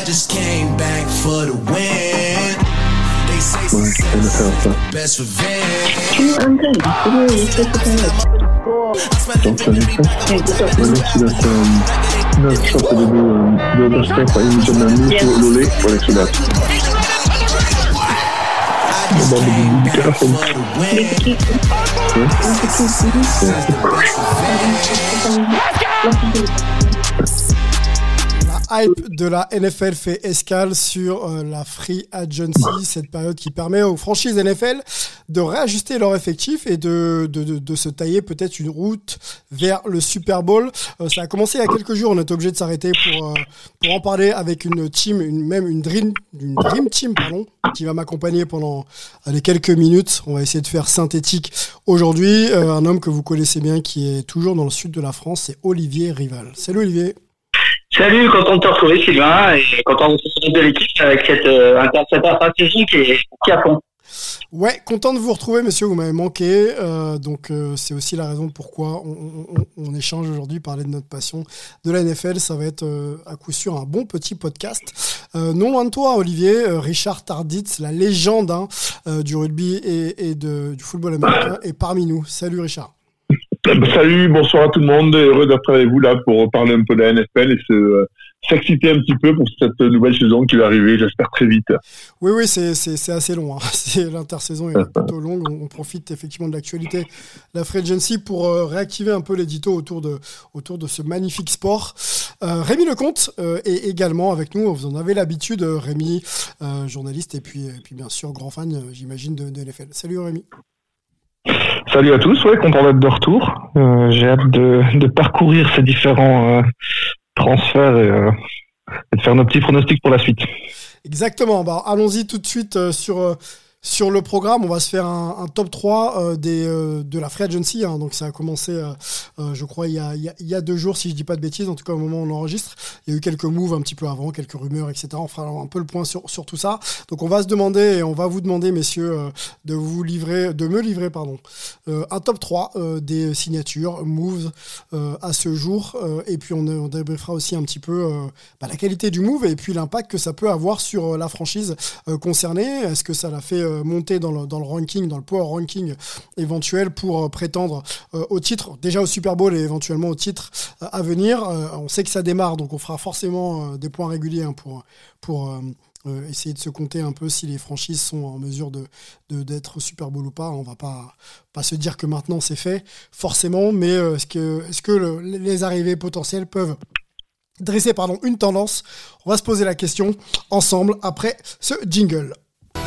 just came back for the win. They say best revenge. I'm good. What are you supposed to tell us? Donc ça n'est pas. Le mec il a fait une sorte de respect par une mission d'amis pour l'olé pour les soldats. La hype de la NFL fait escale sur la Free Agency, cette période qui permet aux franchises NFL de réajuster leur effectif et de se tailler peut-être une route vers le Super Bowl. Ça a commencé il y a quelques jours, on est obligé de s'arrêter pour en parler avec une team, une Dream Team, qui va m'accompagner pendant les quelques minutes. On va essayer de faire synthétique aujourd'hui. Un homme que vous connaissez bien qui est toujours dans le sud de la France, c'est Olivier Rival. Salut Olivier. Salut, content de te retrouver Sylvain et content de te retrouver de l'équipe avec cette intersaison qui est à fond. Ouais, content de vous retrouver, monsieur. Vous m'avez manqué, donc c'est aussi la raison pourquoi on échange aujourd'hui, parler de notre passion de la NFL. Ça va être à coup sûr un bon petit podcast. Non loin de toi, Olivier, Richard Tarditz, la légende du rugby et du football américain, est parmi nous. Salut Richard. Salut, bonsoir à tout le monde. Heureux d'être avec vous là pour parler un peu de la NFL et s'exciter un petit peu pour cette nouvelle saison qui va arriver, j'espère très vite. Oui, c'est assez long. L'intersaison est plutôt longue. On profite effectivement de l'actualité de la Free Agency pour réactiver un peu l'édito autour de ce magnifique sport. Rémi Lecomte est également avec nous. Vous en avez l'habitude, Rémi, journaliste et puis bien sûr grand fan, j'imagine, de NFL. Salut Rémi. Salut à tous, content d'être de retour. J'ai hâte de parcourir ces différents transferts et de faire nos petits pronostics pour la suite. Exactement, allons-y tout de suite sur le programme. On va se faire un top 3 de la Free Agency. Donc ça a commencé, je crois, il y a 2 jours, si je dis pas de bêtises, en tout cas au moment où on enregistre. Il y a eu quelques moves un petit peu avant, quelques rumeurs, etc. On fera un peu le point sur tout ça. Donc on va se demander, et on va vous demander, messieurs, de me livrer un top 3 des signatures, moves à ce jour. Et puis on débriefera aussi un petit peu la qualité du move et puis l'impact que ça peut avoir sur la franchise concernée. Est-ce que ça l'a fait monter dans le ranking, dans le power ranking éventuel pour prétendre au titre, déjà au Super Bowl et éventuellement au titre à venir. On sait que ça démarre, donc on fera forcément des points réguliers pour essayer de se compter un peu si les franchises sont en mesure d'être au Super Bowl ou pas. On va pas se dire que maintenant c'est fait, forcément, mais est-ce que les arrivées potentielles peuvent dresser une tendance? On va se poser la question ensemble après ce jingle.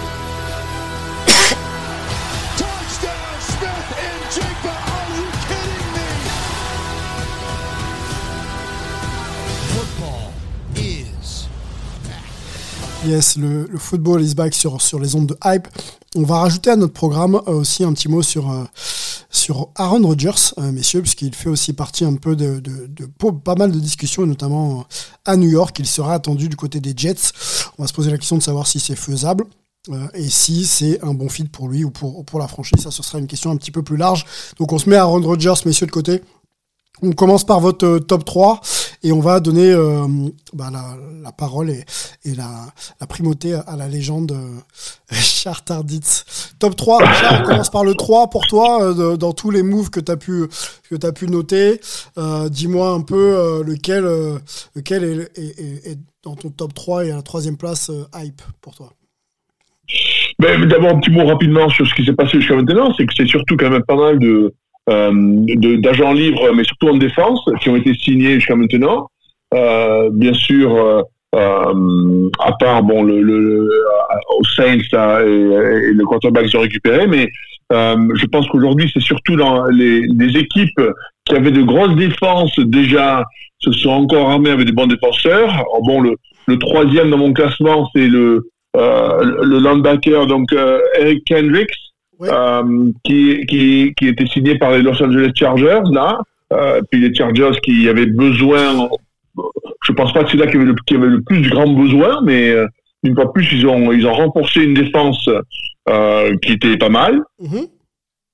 Yes, le football is back sur les ondes de hype. On va rajouter à notre programme aussi un petit mot sur Aaron Rodgers, messieurs, puisqu'il fait aussi partie un peu de pas mal de discussions, notamment à New York. Il sera attendu du côté des Jets. On va se poser la question de savoir si c'est faisable et si c'est un bon fit pour lui ou pour la franchise. Ça, ce sera une question un petit peu plus large. Donc on se met Aaron Rodgers, messieurs, de côté. On commence par votre top 3 et on va donner la parole et la primauté à la légende Richard Tarditz. Top 3, Richard, on commence par le 3 pour toi, dans tous les moves que tu as pu noter. Dis-moi un peu lequel est dans ton top 3 et à la 3e place hype pour toi. D'abord un petit mot rapidement sur ce qui s'est passé jusqu'à maintenant, c'est que c'est surtout quand même pas mal d'agents libres, mais surtout en défense, qui ont été signés jusqu'à maintenant. Bien sûr, à part aux Saints et le quarterback qu'ils ont récupéré, mais je pense qu'aujourd'hui c'est surtout dans les équipes qui avaient de grosses défenses déjà se sont encore armées avec des bons défenseurs. Le 3e dans mon classement c'est le linebacker Eric Kendricks. Ouais. Qui était signé par les Los Angeles Chargers là, puis les Chargers qui avaient besoin, je pense pas que c'est là qui avait le plus grand besoin, mais une fois de plus ils ont renforcé une défense qui était pas mal.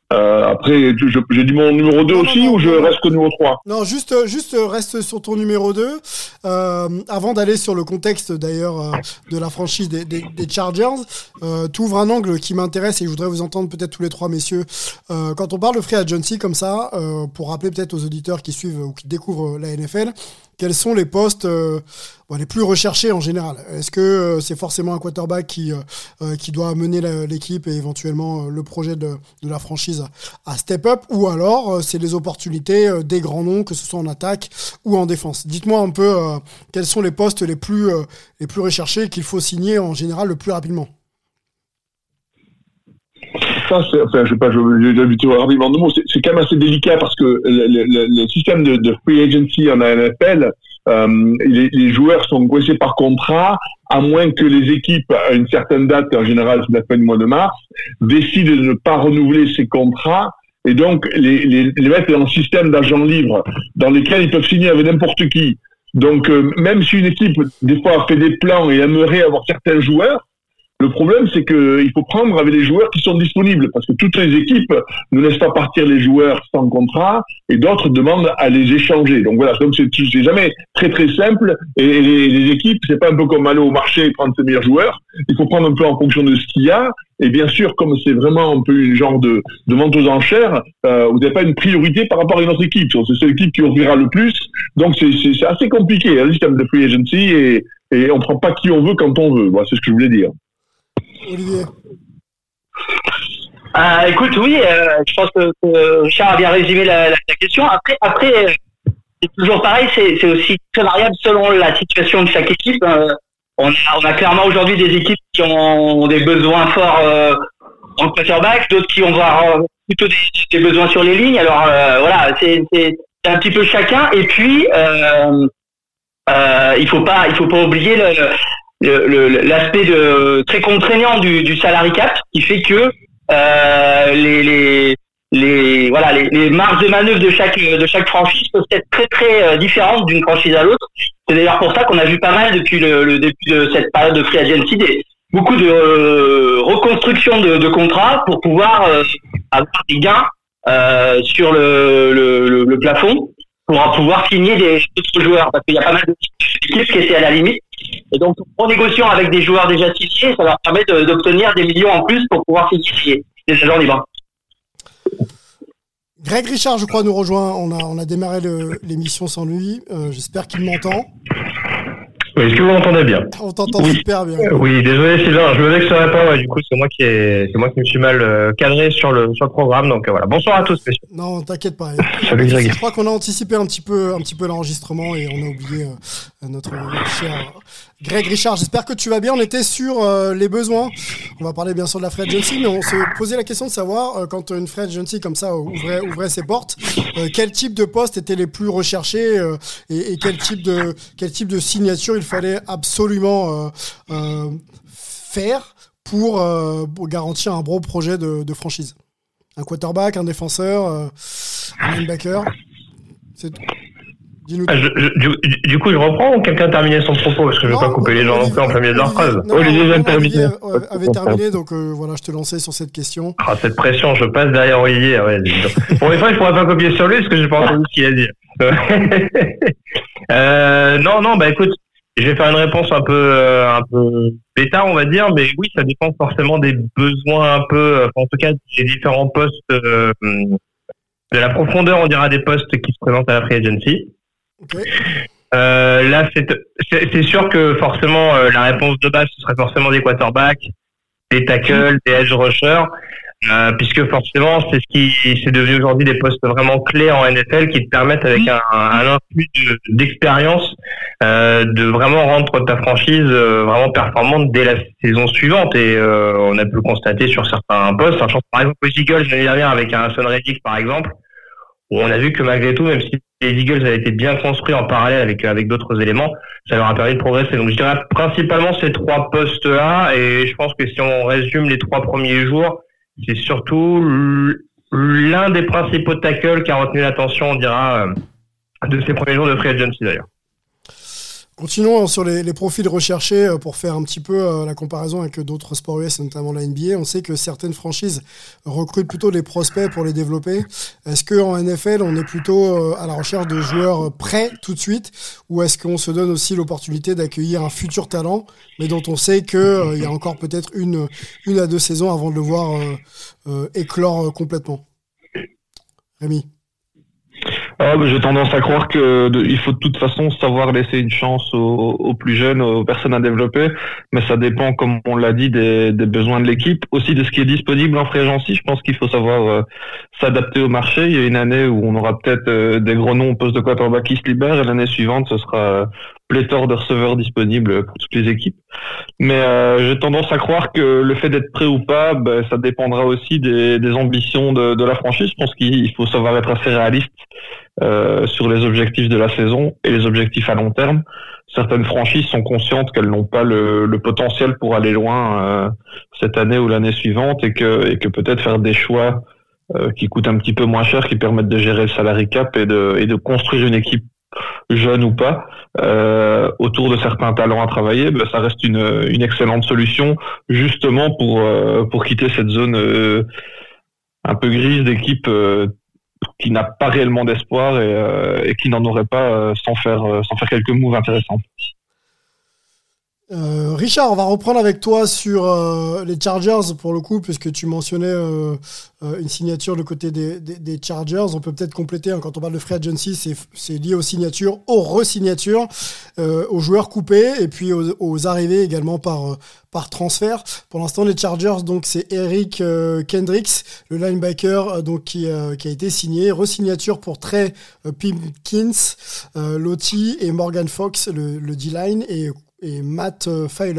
Après, j'ai dit mon numéro 2 ou je reste au numéro 3? Non, juste reste sur ton numéro 2. Avant d'aller sur le contexte d'ailleurs de la franchise des Chargers, tu ouvres un angle qui m'intéresse et je voudrais vous entendre peut-être tous les trois, messieurs. Quand on parle de free agency comme ça, pour rappeler peut-être aux auditeurs qui suivent ou qui découvrent la NFL, quels sont les postes les plus recherchés en général? Est-ce que c'est forcément un quarterback qui doit mener l'équipe et éventuellement le projet de la franchise à step up, ou alors c'est les opportunités des grands noms, que ce soit en attaque ou en défense? Dites-moi un peu quels sont les postes les plus recherchés qu'il faut signer en général le plus rapidement. Ça, j'ai l'habitude rapidement de mots. C'est quand même assez délicat parce que le système de free agency en NFL, les joueurs sont coincés par contrat, à moins que les équipes, à une certaine date, en général c'est la fin du mois de mars, décident de ne pas renouveler ces contrats et donc les mettre dans un système d'agents libres dans lesquels ils peuvent signer avec n'importe qui. Donc même si une équipe des fois a fait des plans et aimerait avoir certains joueurs, le problème, c'est qu'il faut prendre avec les joueurs qui sont disponibles, parce que toutes les équipes ne laissent pas partir les joueurs sans contrat, et d'autres demandent à les échanger. Donc voilà, donc c'est jamais très très simple, et les équipes, c'est pas un peu comme aller au marché et prendre ses meilleurs joueurs. Il faut prendre un peu en fonction de ce qu'il y a, et bien sûr, comme c'est vraiment un peu une genre de vente aux enchères, vous n'avez pas une priorité par rapport à une autre équipe. C'est l'équipe qui offrira le plus, donc c'est assez compliqué, le système de free agency, et on prend pas qui on veut quand on veut. Voilà, c'est ce que je voulais dire. Olivier. Écoute, oui, je pense que Richard a bien résumé la question. Après, c'est toujours pareil, c'est aussi très variable selon la situation de chaque équipe. On a clairement aujourd'hui des équipes qui ont des besoins forts en quarterback, d'autres qui vont avoir plutôt des besoins sur les lignes. Alors voilà, c'est un petit peu chacun. Et puis il faut pas oublier l'aspect très contraignant du salary cap, qui fait que les marges de manœuvre de chaque franchise peuvent être très très différentes d'une franchise à l'autre. C'est d'ailleurs pour ça qu'on a vu pas mal depuis le début de cette période de free agency beaucoup de reconstruction de contrats pour pouvoir avoir des gains sur le plafond, pour pouvoir signer d'autres joueurs, parce qu'il y a pas mal d'équipes qui étaient à la limite. Et donc, en négociant avec des joueurs déjà signés, ça leur permet d'obtenir des millions en plus pour pouvoir signer des agents libres. Greg Richard, je crois, nous rejoint. On a démarré l'émission sans lui. J'espère qu'il m'entend. Oui, est-ce que vous m'entendez bien? On t'entend super bien. Oui, désolé Sylvain, je me vexerai pas. Ouais, du coup, c'est moi qui me suis mal cadré sur le programme. Donc voilà. Bonsoir à tous, messieurs. Non, t'inquiète pas. Salut Greg. Je crois qu'on a anticipé un petit peu l'enregistrement et on a oublié notre cher Greg Richard. J'espère que tu vas bien. On était sur les besoins. On va parler bien sûr de la free agency, mais on se posait la question de savoir quand une free agency comme ça ouvrait ses portes, quel type de postes étaient les plus recherchés et quel type de signature il fallait absolument faire pour garantir un bon projet de franchise. Un quarterback, un défenseur, un linebacker. Dis-nous. Du coup, je reprends ou quelqu'un a terminé son propos, parce que je ne veux pas couper les gens non plus en plein milieu de leur phrase. Olivier avait terminé, donc voilà, je te lançais sur cette question. Ah, cette pression, je passe derrière Olivier. Ouais, pour une fois, je pourrais pas copier sur lui, parce que j'ai pas entendu ce qu'il a dit. Non, bah écoute, je vais faire une réponse un peu bêta, on va dire, mais oui, ça dépend forcément des besoins un peu, en tout cas des différents postes, de la profondeur, on dira, des postes qui se présentent à la free agency. Okay. Là, c'est sûr que forcément la réponse de base ce serait forcément des quarterbacks, des tackles, des edge rushers, puisque forcément c'est devenu aujourd'hui des postes vraiment clés en NFL qui te permettent avec un influx d'expérience de vraiment rendre ta franchise vraiment performante dès la saison suivante, et on a pu le constater sur certains postes. Je pense par exemple aux Eagles l'année dernière avec un Son Reddick par exemple, où on a vu que malgré tout, même si les Eagles avaient été bien construits en parallèle avec d'autres éléments, ça leur a permis de progresser. Donc je dirais principalement ces trois postes-là, et je pense que si on résume les 3 premiers jours, c'est surtout l'un des principaux tackles qui a retenu l'attention, on dira, de ces premiers jours de free agency d'ailleurs. Continuons sur les profils recherchés pour faire un petit peu la comparaison avec d'autres sports US, notamment la NBA. On sait que certaines franchises recrutent plutôt des prospects pour les développer. Est-ce qu'en NFL, on est plutôt à la recherche de joueurs prêts tout de suite, ou est-ce qu'on se donne aussi l'opportunité d'accueillir un futur talent, mais dont on sait qu'il y a encore peut-être une à 2 saisons avant de le voir éclore complètement? Rémi? J'ai tendance à croire il faut de toute façon savoir laisser une chance aux plus jeunes, aux personnes à développer, mais ça dépend, comme on l'a dit, des besoins de l'équipe, aussi de ce qui est disponible en free agency. Je pense qu'il faut savoir s'adapter au marché. Il y a une année où on aura peut-être des gros noms au poste de quarterback qui se libèrent, et l'année suivante, ce sera pléthore de receveurs disponibles pour toutes les équipes. Mais j'ai tendance à croire que le fait d'être prêt ou pas, ça dépendra aussi des ambitions de la franchise. Je pense qu'il faut savoir être assez réaliste sur les objectifs de la saison et les objectifs à long terme. Certaines franchises sont conscientes qu'elles n'ont pas le potentiel pour aller loin cette année ou l'année suivante, et que peut-être faire des choix qui coûtent un petit peu moins cher, qui permettent de gérer le salary cap et de construire une équipe jeune ou pas autour de certains talents à travailler, ça reste une excellente solution, justement pour quitter cette zone un peu grise d'équipe qui n'a pas réellement d'espoir et qui n'en aurait pas sans faire quelques moves intéressants. Richard, on va reprendre avec toi sur les Chargers pour le coup, puisque tu mentionnais une signature de côté des Chargers. On peut peut-être compléter, quand on parle de free agency, c'est lié aux signatures, aux re-signatures, aux joueurs coupés et puis aux arrivées également par transfert. Pour l'instant, les Chargers, donc c'est Eric Kendricks, le linebacker, donc qui a été signé, re-signature pour Trey Pipkins, Lottie et Morgan Fox, le D-line, et Matt Feiler,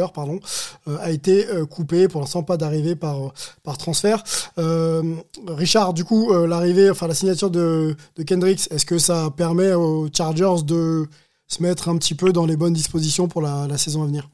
a été coupé. Pour l'instant, pas d'arrivée par transfert. Richard, du coup, la signature de Kendricks, est-ce que ça permet aux Chargers de se mettre un petit peu dans les bonnes dispositions pour la saison à venir?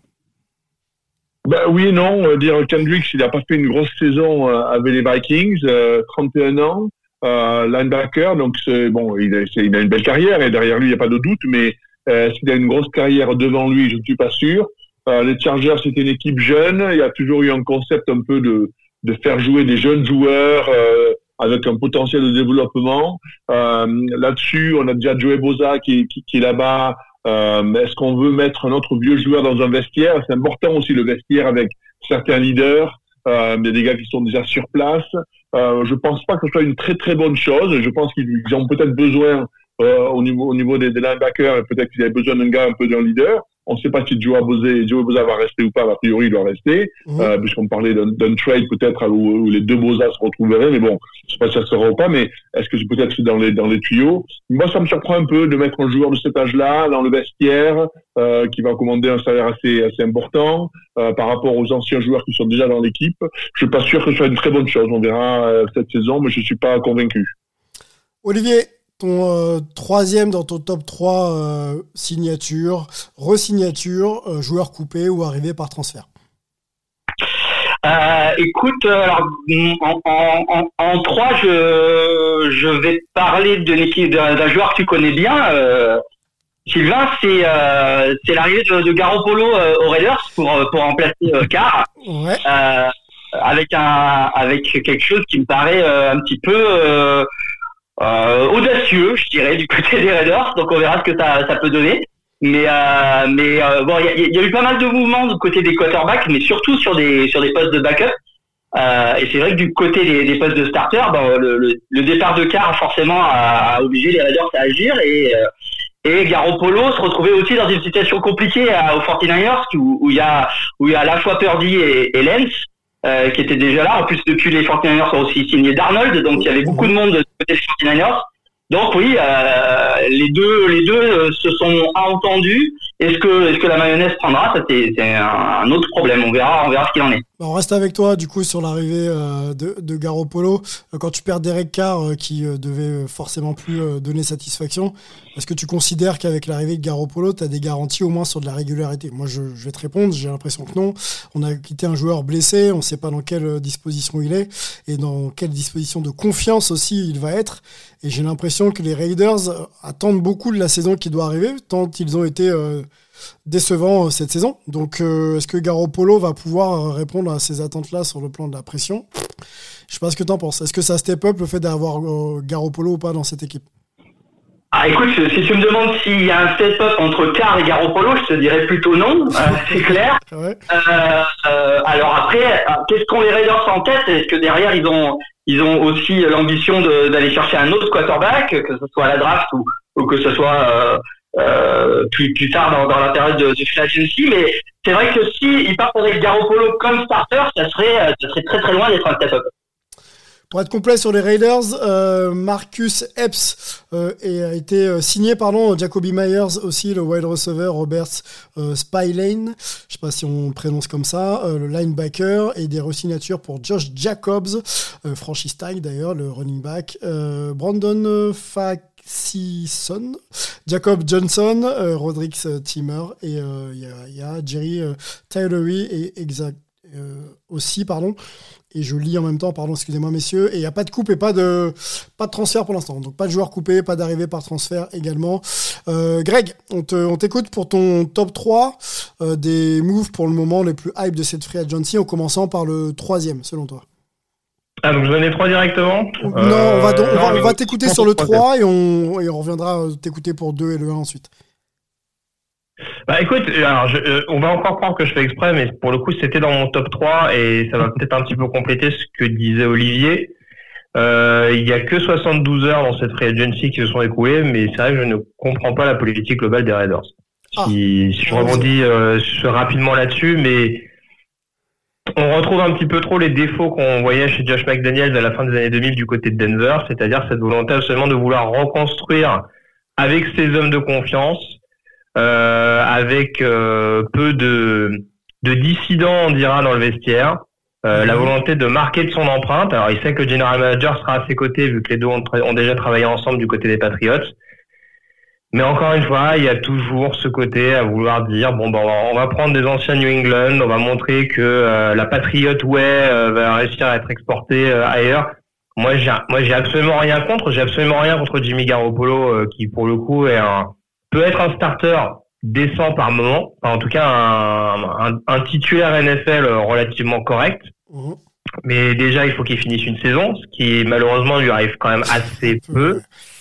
Oui et non. Kendricks, il n'a pas fait une grosse saison avec les Vikings, 31 ans, linebacker, donc il a une belle carrière et derrière lui, il n'y a pas de doute, mais s'il a une grosse carrière devant lui, je ne suis pas sûr. Les Chargers, c'était une équipe jeune. Il y a toujours eu un concept un peu de faire jouer des jeunes joueurs avec un potentiel de développement. Là-dessus, on a déjà Joey Bosa qui est là-bas. Est-ce qu'on veut mettre un autre vieux joueur dans un vestiaire? C'est important aussi le vestiaire avec certains leaders. Il y a des gars qui sont déjà sur place. Je pense pas que ce soit une très très bonne chose. Je pense qu'ils ont peut-être besoin au niveau des linebackers, peut-être qu'ils avaient besoin d'un gars un peu d'un leader. On ne sait pas si Joey Bosa va rester ou pas. A priori, il doit rester, puisqu'on parlait d'un trade peut-être où les deux Bosa se retrouveraient. Mais bon, je ne sais pas si ça sera ou pas, mais est-ce que c'est peut-être dans les tuyaux? Moi, ça me surprend un peu de mettre un joueur de cet âge-là dans le vestiaire, qui va commander un salaire assez important par rapport aux anciens joueurs qui sont déjà dans l'équipe. Je ne suis pas sûr que ce soit une très bonne chose. On verra cette saison, mais je ne suis pas convaincu. Olivier, ton troisième dans ton top 3 signature, re-signature, joueur coupé ou arrivé par transfert? Écoute, alors en 3, je vais parler d'un joueur que tu connais bien, Sylvain. C'est l'arrivée de Garoppolo aux Raiders pour remplacer Carr. Ouais. Avec quelque chose qui me paraît un petit peu audacieux, je dirais, du côté des Raiders. Donc on verra ce que ça peut donner. Mais bon, il y a eu pas mal de mouvements du côté des quarterbacks, mais surtout sur des postes de backup. Et c'est vrai que du côté des postes de starter, le départ de Carr forcément a obligé les Raiders à agir, et Garoppolo se retrouvait aussi dans une situation compliquée aux 49ers où il y a à la fois Purdy et Lentz qui étaient déjà là. En plus, depuis, les 49ers ont aussi signé Darnold, donc il y avait beaucoup de monde de côté des 49ers. Donc oui, les deux se sont entendus. Est-ce que la mayonnaise prendra? Ça, c'est un autre problème. On verra ce qu'il en est. On reste avec toi du coup sur l'arrivée de Garoppolo. Quand tu perds Derek Carr qui devait forcément plus donner satisfaction, est-ce que tu considères qu'avec l'arrivée de Garoppolo, tu as des garanties au moins sur de la régularité? Moi, je vais te répondre, j'ai l'impression que non. On a quitté un joueur blessé, on ne sait pas dans quelle disposition il est et dans quelle disposition de confiance aussi il va être. Et j'ai l'impression que les Raiders attendent beaucoup de la saison qui doit arriver, tant ils ont été décevant cette saison. Donc, est-ce que Garoppolo va pouvoir répondre à ces attentes-là sur le plan de la pression ? Je sais pas ce que t'en penses. Est-ce que ça step up le fait d'avoir Garoppolo ou pas dans cette équipe ? Ah, écoute, si tu me demandes s'il y a un step-up entre Carr et Garoppolo, je te dirais plutôt non, c'est clair. Ouais. Alors après, qu'est-ce qu'ont les Raiders en tête ? Est-ce que derrière, ils ont aussi l'ambition d'aller chercher un autre quarterback, que ce soit à la draft ou que ce soit plus tard dans la période de free agency? Mais c'est vrai que si ils partent avec Garoppolo comme starter, ça serait très très loin d'être un step-up. Pour être complet sur les Raiders, Marcus Epps a été signé, Jacoby Myers aussi, le wide receiver, Robert Spillane, je sais pas si on prononce comme ça, le linebacker, et des re-signatures pour Josh Jacobs, franchise tag d'ailleurs, le running back, Brandon Faxison, Jacob Johnson, Rodrix Timmer, et il y a Jerry Tillery et aussi, et je lis en même temps, excusez-moi messieurs, et il n'y a pas de coupe et pas de transfert pour l'instant, donc pas de joueur coupé, pas d'arrivée par transfert également. Greg, on t'écoute pour ton top 3 des moves pour le moment les plus hype de cette free agency, en commençant par le 3e selon toi. Ah, donc je donnais 3 directement? Non, on va t'écouter sur le 3 et on reviendra t'écouter pour 2 et le 1 ensuite. Bah écoute, alors on va encore croire que je fais exprès, mais pour le coup c'était dans mon top 3 et ça va peut-être un petit peu compléter ce que disait Olivier. Il y a que 72 heures dans cette free agency qui se sont écoulées, mais c'est vrai que je ne comprends pas la politique globale des Raiders. Si je rebondis rapidement là-dessus, mais on retrouve un petit peu trop les défauts qu'on voyait chez Josh McDaniels à la fin des années 2000 du côté de Denver, c'est-à-dire cette volonté absolument de vouloir reconstruire avec ses hommes de confiance, avec peu de dissidents, on dira, dans le vestiaire, la volonté de marquer de son empreinte. Alors il sait que le general manager sera à ses côtés vu que les deux ont déjà travaillé ensemble du côté des Patriots, mais encore une fois il y a toujours ce côté à vouloir dire on va prendre des anciens New England, on va montrer que la Patriot Way va réussir à être exportée ailleurs. Moi j'ai absolument rien contre Jimmy Garoppolo, qui pour le coup peut être un starter décent par moment, enfin, en tout cas un titulaire NFL relativement correct. Mais déjà il faut qu'il finisse une saison, ce qui malheureusement lui arrive quand même assez peu.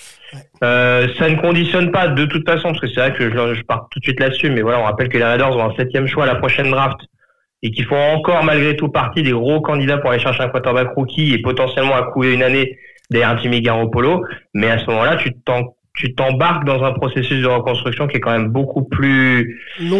Ça ne conditionne pas de toute façon, parce que c'est vrai que je pars tout de suite là-dessus, mais voilà, on rappelle que les Raiders ont un 7e choix à la prochaine draft et qu'ils font encore malgré tout partie des gros candidats pour aller chercher un quarterback rookie et potentiellement à couler une année derrière Jimmy Garoppolo. Mais à ce moment-là, tu t'embarques dans un processus de reconstruction qui est quand même beaucoup plus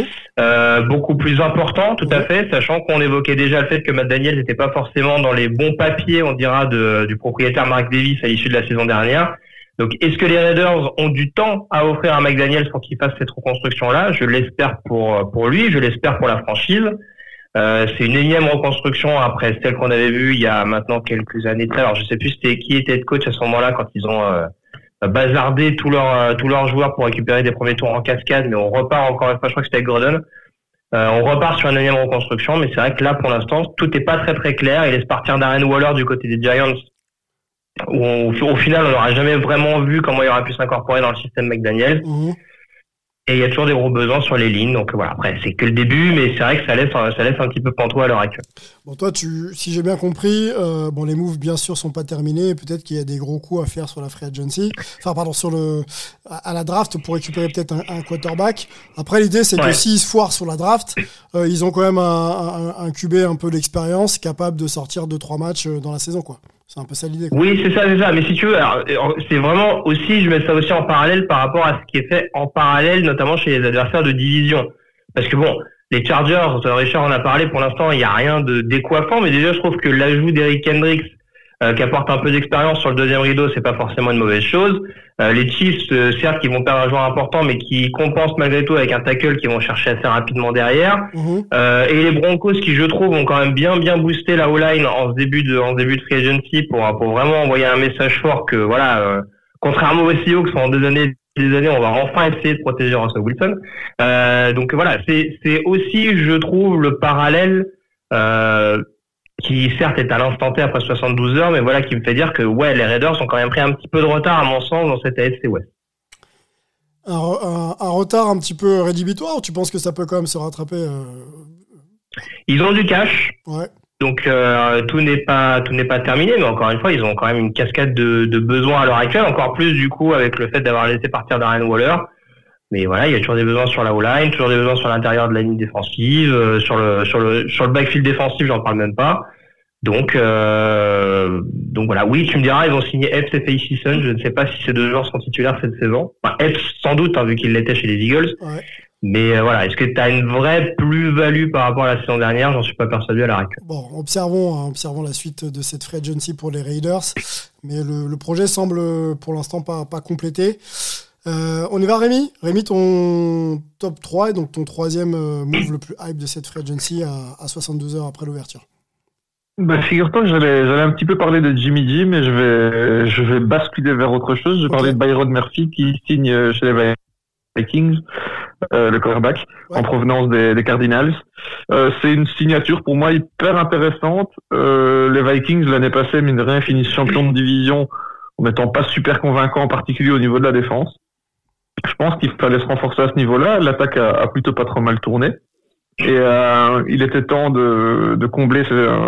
important, tout à fait, sachant qu'on évoquait déjà le fait que Matt Daniels n'était pas forcément dans les bons papiers, on dira, du propriétaire Mark Davis à l'issue de la saison dernière. Donc, est-ce que les Raiders ont du temps à offrir à McDaniels pour qu'il fasse cette reconstruction-là? Je l'espère pour lui, je l'espère pour la franchise. C'est une énième reconstruction après celle qu'on avait vue il y a maintenant quelques années. Alors, je sais plus qui était le coach à ce moment-là quand ils ont bazardé tous leurs joueurs pour récupérer des premiers tours en cascade, mais on repart encore une fois, je crois que c'était avec Gordon. On repart sur une énième reconstruction, mais c'est vrai que là, pour l'instant, tout n'est pas très très clair. Il laisse partir Darren Waller du côté des Giants, où au final, on n'aura jamais vraiment vu comment il aurait pu s'incorporer dans le système McDaniels. Et il y a toujours des gros besoins sur les lignes. Donc voilà, après, c'est que le début, mais c'est vrai que ça laisse un petit peu pantois à l'heure actuelle. Bon, toi, si j'ai bien compris, les moves, bien sûr, sont pas terminés. Peut-être qu'il y a des gros coups à faire sur la free agency. Enfin, pardon, à la draft pour récupérer peut-être un quarterback. Après, l'idée, c'est que s'ils se foirent sur la draft, ils ont quand même un QB un peu d'expérience, capable de sortir 2-3 matchs dans la saison, quoi. C'est un peu ça l'idée, quoi. Oui, c'est ça. Mais si tu veux, alors, c'est vraiment aussi, je mets ça aussi en parallèle par rapport à ce qui est fait en parallèle, notamment chez les adversaires de division. Parce que les Chargers, Richard en a parlé, pour l'instant, il n'y a rien de décoiffant, mais déjà, je trouve que l'ajout d'Eric Kendricks, qui apporte un peu d'expérience sur le deuxième rideau, c'est pas forcément une mauvaise chose. Les Chiefs, certes, qui vont perdre un joueur important, mais qui compensent malgré tout avec un tackle qu'ils vont chercher assez rapidement derrière. Et les Broncos, qui je trouve ont quand même bien boosté la O-line en ce début de free agency pour vraiment envoyer un message fort que contrairement aux Seahawks, en des années, on va enfin essayer de protéger Russell Wilson. Donc voilà, c'est aussi, je trouve, le parallèle qui certes est à l'instant T après 72 heures, mais voilà, qui me fait dire que les Raiders ont quand même pris un petit peu de retard à mon sens dans cette AFC West. Un retard un petit peu rédhibitoire, ou tu penses que ça peut quand même se rattraper Ils ont du cash. Ouais. Donc tout n'est pas terminé, mais encore une fois, ils ont quand même une cascade de besoins à l'heure actuelle, encore plus du coup avec le fait d'avoir laissé partir Darren Waller. Mais voilà, il y a toujours des besoins sur la O-line, toujours des besoins sur l'intérieur de la ligne défensive, sur le backfield défensif, j'en parle même pas. Donc voilà, oui, tu me diras, ils vont signer Epps et Facyson. Je ne sais pas si ces deux joueurs seront titulaires cette saison. Enfin, Epps sans doute, vu qu'il l'était chez les Eagles. Ouais. Mais voilà, est-ce que tu as une vraie plus-value par rapport à la saison dernière? J'en suis pas persuadé à l'heure actuelle. Bon, observons la suite de cette free agency pour les Raiders. Mais le projet semble pour l'instant pas complété. On y va, Rémi. Rémi, ton top 3 et donc ton troisième move le plus hype de cette free agency à 72 heures après l'ouverture. Figure-toi que j'allais un petit peu parler de Jimmy G, mais je vais basculer vers autre chose. Je vais parler de Byron Murphy qui signe chez les Vikings, le quarterback, en provenance des Cardinals. C'est une signature pour moi hyper intéressante. Les Vikings, l'année passée, mine de rien, finissent champion de division en n'étant pas super convaincant, en particulier au niveau de la défense. Je pense qu'il fallait se renforcer à ce niveau-là. L'attaque a plutôt pas trop mal tourné. Et il était temps de combler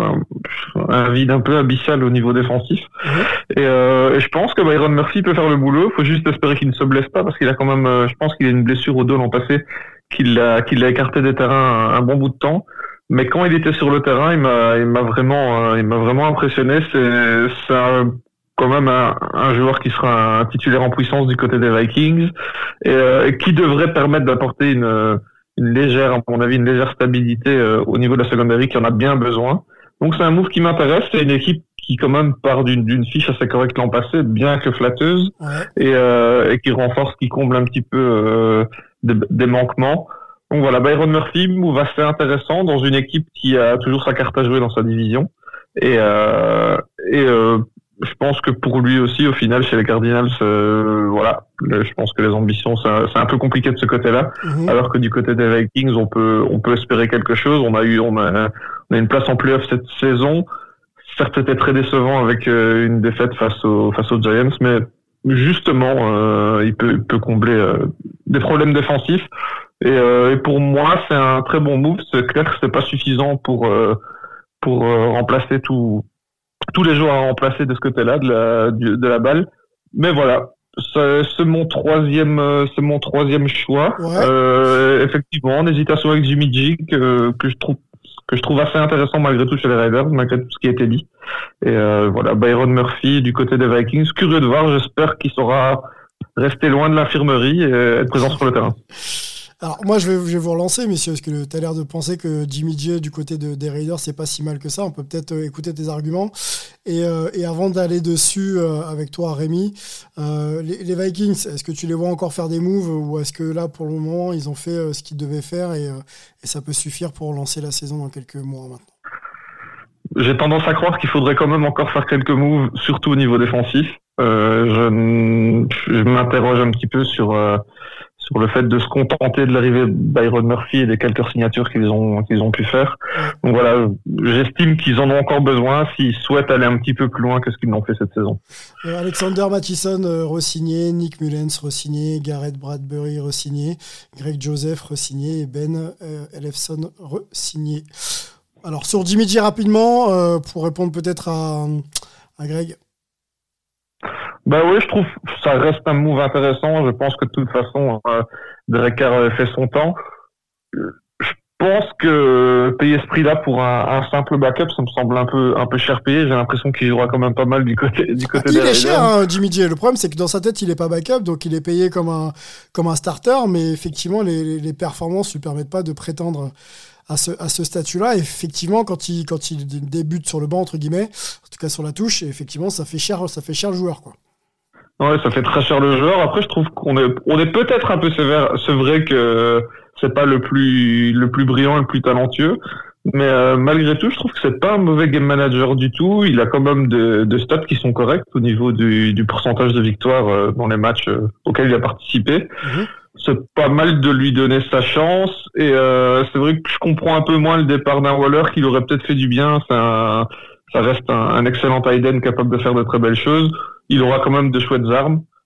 un vide un peu abyssal au niveau défensif. Et je pense que Byron Murphy peut faire le boulot. Il faut juste espérer qu'il ne se blesse pas, parce qu'il a quand même, je pense qu'il a une blessure au dos l'an passé, qu'il l'a écarté des terrains un bon bout de temps. Mais quand il était sur le terrain, il m'a vraiment impressionné. C'est quand même un joueur qui sera un titulaire en puissance du côté des Vikings et qui devrait permettre d'apporter une légère, à mon avis, une légère stabilité au niveau de la secondary qui en a bien besoin. Donc c'est un move qui m'intéresse. C'est une équipe qui quand même part d'une fiche assez correcte l'an passé, bien que flatteuse, et qui renforce, qui comble un petit peu des manquements. Donc voilà, Byron Murphy, move assez intéressant dans une équipe qui a toujours sa carte à jouer dans sa division. Et je pense que pour lui aussi, au final, chez les Cardinals, voilà, je pense que les ambitions, c'est un peu compliqué de ce côté-là. Alors que du côté des Vikings, on peut espérer quelque chose. On a une place en playoff cette saison. Certes, c'était très décevant avec une défaite face aux Giants, mais justement, il peut combler des problèmes défensifs. Et pour moi, c'est un très bon move. C'est clair que c'est pas suffisant pour remplacer tous les joueurs à remplacer de ce côté-là de la balle. Mais voilà, c'est mon troisième choix. Effectivement, en hésitation avec Jimmy G que je trouve assez intéressant malgré tout chez les Raiders, malgré tout ce qui a été dit. Et voilà, Byron Murphy du côté des Vikings, curieux de voir. J'espère qu'il saura rester loin de l'infirmerie et être présent sur le terrain. Alors moi je vais vous relancer, messieurs, parce que tu as l'air de penser que Jimmy G du côté des Raiders c'est pas si mal que ça. On peut peut-être écouter tes arguments. Et avant d'aller dessus avec toi, Rémi, les Vikings, est-ce que tu les vois encore faire des moves, ou est-ce que là pour le moment ils ont fait ce qu'ils devaient faire et ça peut suffire pour lancer la saison dans quelques mois maintenant? J'ai tendance à croire qu'il faudrait quand même encore faire quelques moves, surtout au niveau défensif. Je m'interroge un petit peu sur le fait de se contenter de l'arrivée de Byron Murphy et des quelques signatures qu'ils ont pu faire. Donc voilà, j'estime qu'ils en ont encore besoin s'ils souhaitent aller un petit peu plus loin que ce qu'ils l'ont fait cette saison. Alexander Mattison re-signé, Nick Mullens re-signé, Garrett Bradbury re-signé, Greg Joseph re-signé et Ben Elefson re-signé. Alors sur Jimmy G rapidement, pour répondre peut-être à Greg. Bah oui, je trouve que ça reste un move intéressant. Je pense que de toute façon, Derek Carr avait fait son temps. Je pense que payer ce prix-là pour un simple backup, ça me semble un peu cher payé. J'ai l'impression qu'il jouera quand même pas mal du côté des Raiders. Il est cher, Jimmy G. Le problème, c'est que dans sa tête, il est pas backup, donc il est payé comme un starter. Mais effectivement, les performances lui permettent pas de prétendre à ce statut-là. Et effectivement, quand il débute sur le banc, entre guillemets, en tout cas sur la touche, effectivement, ça fait cher le joueur, quoi. Ouais, ça fait très cher le joueur. Après, je trouve qu'on est peut-être un peu sévère. C'est vrai que c'est pas le plus brillant, le plus talentueux. Mais malgré tout, je trouve que c'est pas un mauvais game manager du tout. Il a quand même de stats qui sont corrects au niveau du pourcentage de victoire dans les matchs auxquels il a participé. C'est pas mal de lui donner sa chance. Et c'est vrai que je comprends un peu moins le départ d'un Waller, qui aurait peut-être fait du bien. Ça reste un excellent tight end capable de faire de très belles choses. Il aura quand même de chouettes armes.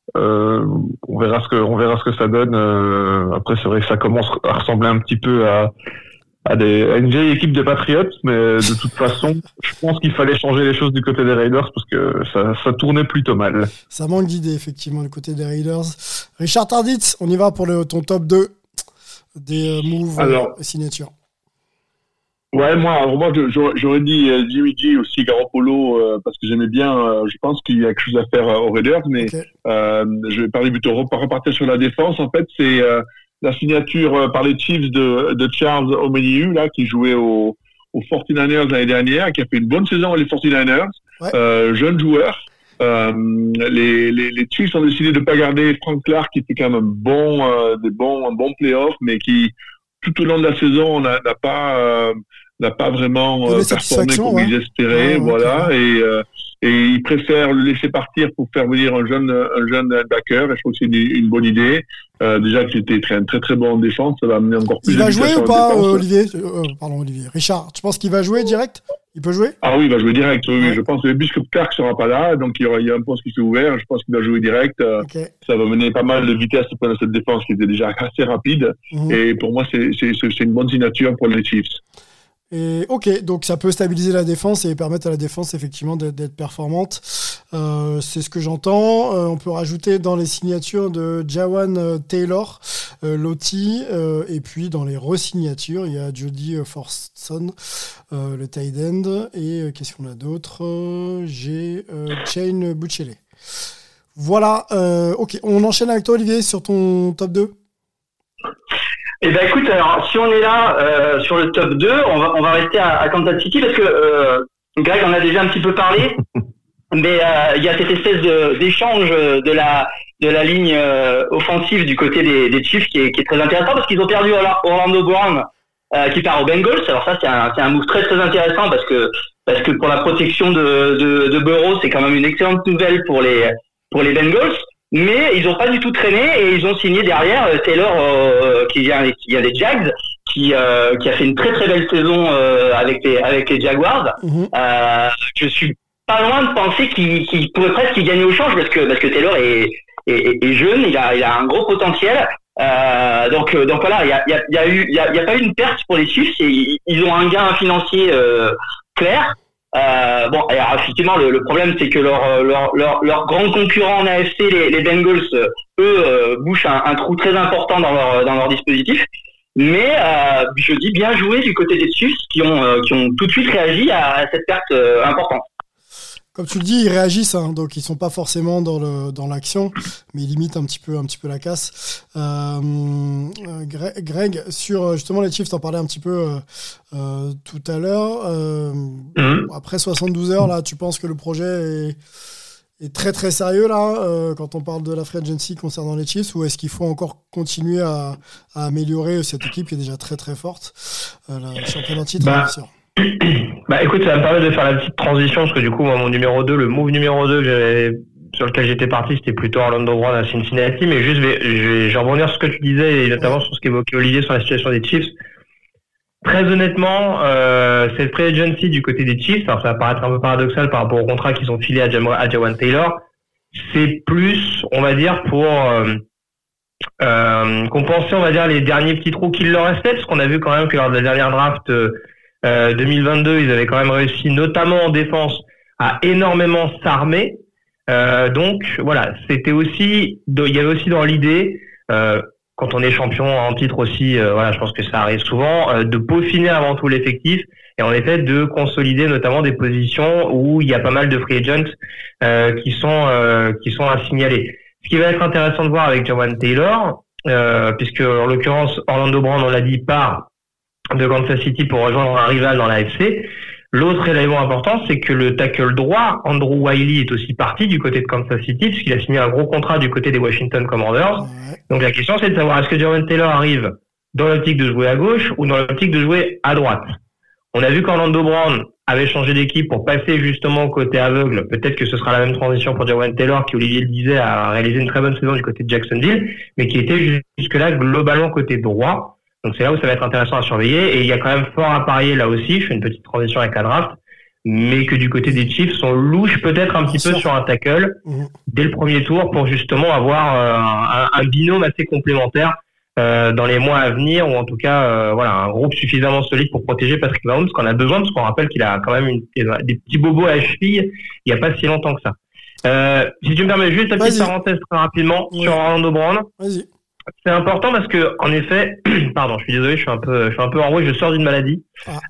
On verra ce que ça donne. Après, c'est vrai que ça commence à ressembler un petit peu à une vieille équipe de Patriots, mais de toute façon, je pense qu'il fallait changer les choses du côté des Raiders parce que ça tournait plutôt mal. Ça manque d'idées, effectivement, du côté des Raiders. Richard Tarditz, on y va pour ton top 2 des moves signatures. Ouais, moi j'aurais dit Jimmy G aussi, Garoppolo, parce que j'aimais bien, je pense qu'il y a quelque chose à faire aux Raiders, mais je vais parler plutôt repartir sur la défense. En fait, c'est la signature par les Chiefs de Charles Omenihu, là, qui jouait aux 49ers l'année dernière, qui a fait une bonne saison les 49ers, jeune joueur. Les Chiefs ont décidé de pas garder Frank Clark, qui était quand même un bon playoff, mais qui tout au long de la saison n'a pas vraiment performé comme ils espéraient, voilà. Et ils préfèrent le laisser partir pour faire venir un jeune linebacker. Et je trouve que c'est une bonne idée. Déjà qu'il était très très bon en défense, ça va amener encore plus. Il va jouer ou pas, Olivier? Olivier. Richard, tu penses qu'il va jouer direct? Il peut jouer? Ah oui, il va jouer direct. Oui, je pense que puisque Clark sera pas là, donc il y a un poste qui s'est ouvert. Je pense qu'il va jouer direct. Ça va mener pas mal de vitesse dans cette défense qui était déjà assez rapide. Et pour moi, c'est une bonne signature pour les Chiefs. Et donc ça peut stabiliser la défense et permettre à la défense effectivement d'être performante. C'est ce que j'entends. On peut rajouter dans les signatures de Jawan Taylor, Loti, et puis dans les re-signatures, il y a Jody Fortson, le tight end, et qu'est-ce qu'on a d'autre? J'ai Chain Buchele. Voilà. On enchaîne avec toi, Olivier, sur ton top 2. Eh ben écoute, alors si on est là sur le top 2, on va rester à Kansas City parce que Greg en a déjà un petit peu parlé, mais il y a cette espèce d'échange de la ligne offensive du côté des Chiefs qui est très intéressant parce qu'ils ont perdu Orlando Brown qui part aux Bengals. Alors ça c'est un move très très intéressant parce que pour la protection de Burrow, c'est quand même une excellente nouvelle pour les Bengals. Mais ils ont pas du tout traîné et ils ont signé derrière Taylor qui vient des Jags qui a fait une très très belle saison avec les Jaguars. Je suis pas loin de penser qu'il pourrait presque y gagner au change parce que Taylor est jeune, il a un gros potentiel. Donc voilà, il y a pas eu une perte pour les Chiefs, ils ont un gain financier clair. Alors effectivement le problème c'est que leur grand concurrent en AFC, les Bengals, eux bouchent un trou très important dans leur dispositif. Mais je dis bien joué du côté des Chiefs qui ont tout de suite réagi à cette perte importante. Comme tu le dis, ils réagissent, hein, donc ils sont pas forcément dans l'action, mais ils limitent un petit peu la casse. Greg, sur justement les Chiefs, t'en parlais un petit peu tout à l'heure. Après 72 heures, là, tu penses que le projet est très très sérieux là, quand on parle de la free agency concernant les Chiefs, ou est-ce qu'il faut encore continuer à améliorer cette équipe qui est déjà très très forte, la championnat titre, bien sûr. Écoute, ça va me permettre de faire la petite transition parce que du coup, moi, mon numéro 2, le move numéro 2 sur lequel j'étais parti, c'était plutôt Orlando Brown à Cincinnati, mais juste, je vais rebondir sur ce que tu disais et notamment sur ce qu'évoquait Olivier sur la situation des Chiefs. Très honnêtement, cette free agency du côté des Chiefs, alors ça va paraître un peu paradoxal par rapport au contrat qu'ils ont filé à Jawan Taylor, c'est plus, on va dire, pour compenser, on va dire, les derniers petits trous qu'il leur restait, parce qu'on a vu quand même que lors de la dernière draft 2022, ils avaient quand même réussi, notamment en défense, à énormément s'armer. Donc voilà, c'était aussi, il y avait aussi dans l'idée, quand on est champion en titre aussi, voilà, je pense que ça arrive souvent, de peaufiner avant tout l'effectif et en effet de consolider notamment des positions où il y a pas mal de free agents qui sont à signaler. Ce qui va être intéressant de voir avec Jawan Taylor, puisque en l'occurrence Orlando Brown, on l'a dit, part de Kansas City pour rejoindre un rival dans la AFC. L'autre élément important, c'est que le tackle droit, Andrew Wiley, est aussi parti du côté de Kansas City, puisqu'il a signé un gros contrat du côté des Washington Commanders. Donc la question, c'est de savoir est-ce que Jawan Taylor arrive dans l'optique de jouer à gauche ou dans l'optique de jouer à droite. On a vu qu'Orlando Brown avait changé d'équipe pour passer justement au côté aveugle. Peut-être que ce sera la même transition pour Jawan Taylor, qui, Olivier le disait, a réalisé une très bonne saison du côté de Jacksonville, mais qui était jusque-là globalement côté droit. Donc c'est là où ça va être intéressant à surveiller, et il y a quand même fort à parier là aussi. Je fais une petite transition avec la draft, mais que du côté des Chiefs, on louche peut-être un petit peu sur un tackle dès le premier tour pour justement avoir un binôme assez complémentaire dans les mois à venir, ou en tout cas un groupe suffisamment solide pour protéger Patrick Mahomes, qu'on a besoin, parce qu'on rappelle qu'il a quand même des petits bobos à la cheville il n'y a pas si longtemps que ça. Si tu me permets juste une petite parenthèse très rapidement sur Orlando Brown. Vas-y. C'est important parce que, en effet, pardon, je suis désolé, je suis un peu enroué, je sors d'une maladie.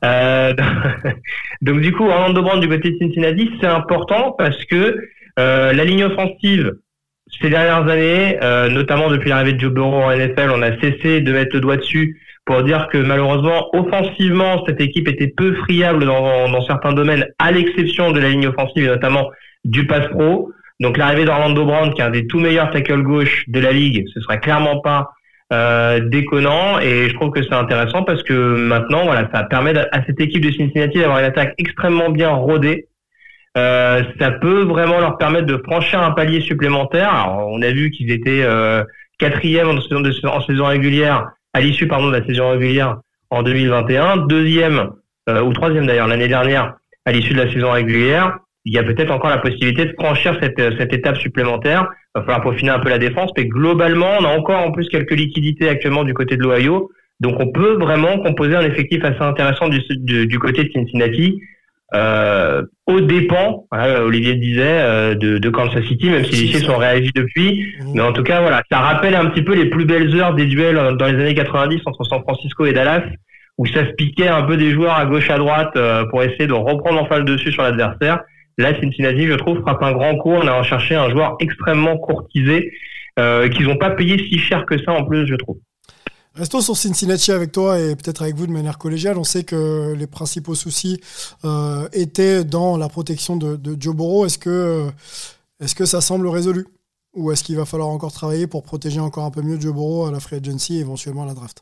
Donc du coup, Orlando Brown du côté de Cincinnati, c'est important parce que la ligne offensive, ces dernières années, notamment depuis l'arrivée de Joe Burrow en NFL, on a cessé de mettre le doigt dessus pour dire que malheureusement, offensivement, cette équipe était peu friable dans certains domaines, à l'exception de la ligne offensive et notamment du pass pro. Donc l'arrivée d'Orlando Brown, qui est un des tout meilleurs tackle gauche de la ligue, ce serait clairement pas déconnant, et je trouve que c'est intéressant parce que maintenant, ça permet à cette équipe de Cincinnati d'avoir une attaque extrêmement bien rodée. Ça peut vraiment leur permettre de franchir un palier supplémentaire. Alors, on a vu qu'ils étaient quatrième en saison régulière, à l'issue de la saison régulière en 2021, deuxième ou troisième d'ailleurs l'année dernière à l'issue de la saison régulière. Il y a peut-être encore la possibilité de franchir cette étape supplémentaire. Il va falloir peaufiner un peu la défense, mais globalement, on a encore en plus quelques liquidités actuellement du côté de l'Ohio. Donc on peut vraiment composer un effectif assez intéressant du côté de Cincinnati, aux dépens, Olivier le disait, de Kansas City, même si les Chiefs ont réagi depuis. Mais en tout cas, ça rappelle un petit peu les plus belles heures des duels dans les années 90 entre San Francisco et Dallas, où ça se piquait un peu des joueurs à gauche à droite pour essayer de reprendre enfin le dessus sur l'adversaire. Là, Cincinnati, je trouve, frappe un grand coup. On a recherché un joueur extrêmement courtisé qu'ils n'ont pas payé si cher que ça en plus, je trouve. Restons sur Cincinnati avec toi et peut-être avec vous de manière collégiale. On sait que les principaux soucis étaient dans la protection de Joe Burrow. Est-ce que ça semble résolu? Ou est-ce qu'il va falloir encore travailler pour protéger encore un peu mieux Joe Burrow à la free agency et éventuellement à la draft?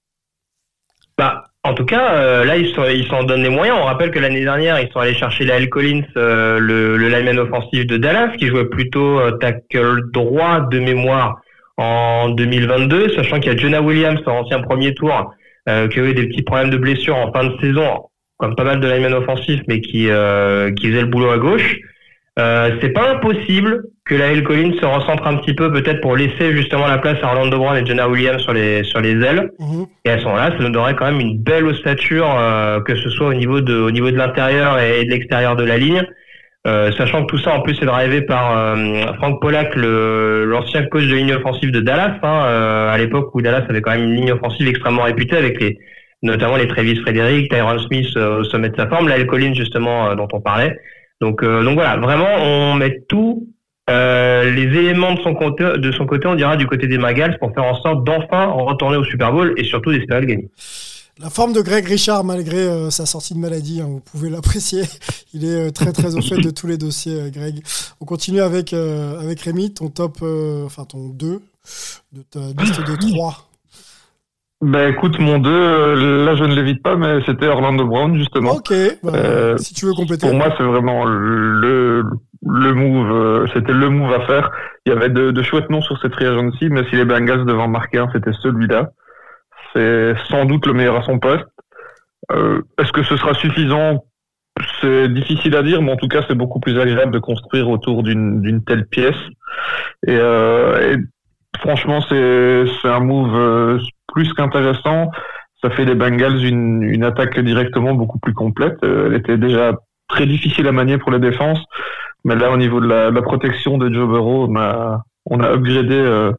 En tout cas, là, ils s'en donnent les moyens. On rappelle que l'année dernière, ils sont allés chercher La'el Collins, le lineman offensif de Dallas, qui jouait plutôt tackle droit de mémoire en 2022, sachant qu'il y a Jonah Williams, son ancien premier tour, qui a eu des petits problèmes de blessure en fin de saison, comme pas mal de linemen offensifs, mais qui faisait le boulot à gauche. C'est pas impossible que La'el Collins se recentre un petit peu, peut-être pour laisser justement la place à Orlando Brown et Jonah Williams sur les ailes. Et à ce moment-là, ça nous donnerait quand même une belle ossature, que ce soit au niveau de l'intérieur et de l'extérieur de la ligne. Sachant que tout ça en plus est drivé par Frank Pollack, l'ancien coach de ligne offensive de Dallas, à l'époque où Dallas avait quand même une ligne offensive extrêmement réputée avec notamment les Travis Frederick, Tyron Smith au sommet de sa forme, La'el Collins justement dont on parlait. Donc voilà, vraiment on met tous les éléments de son côté, on dira du côté des Bengals, pour faire en sorte d'enfin retourner au Super Bowl et surtout d'espérer le gagner. La forme de Greg Richard, malgré sa sortie de maladie, vous pouvez l'apprécier. Il est très très au fait de tous les dossiers, Greg. On continue avec Rémi, ton top, ton 2 de ta liste de 3. Écoute, mon 2, là je ne l'évite pas, mais c'était Orlando Brown justement. Ok, si tu veux compléter. Pour moi, c'est vraiment le move, c'était le move à faire. Il y avait de chouettes noms sur cette free agency, mais si les Bengals devaient en marquer un, c'était celui-là. C'est sans doute le meilleur à son poste. Est-ce que ce sera suffisant? C'est difficile à dire, mais en tout cas, c'est beaucoup plus agréable de construire autour d'une telle pièce. Et franchement, c'est un move plus qu'intéressant. Ça fait des Bengals une attaque directement beaucoup plus complète. Elle était déjà très difficile à manier pour la défense, mais là, au niveau de la protection de Joe Burrow, on a upgradé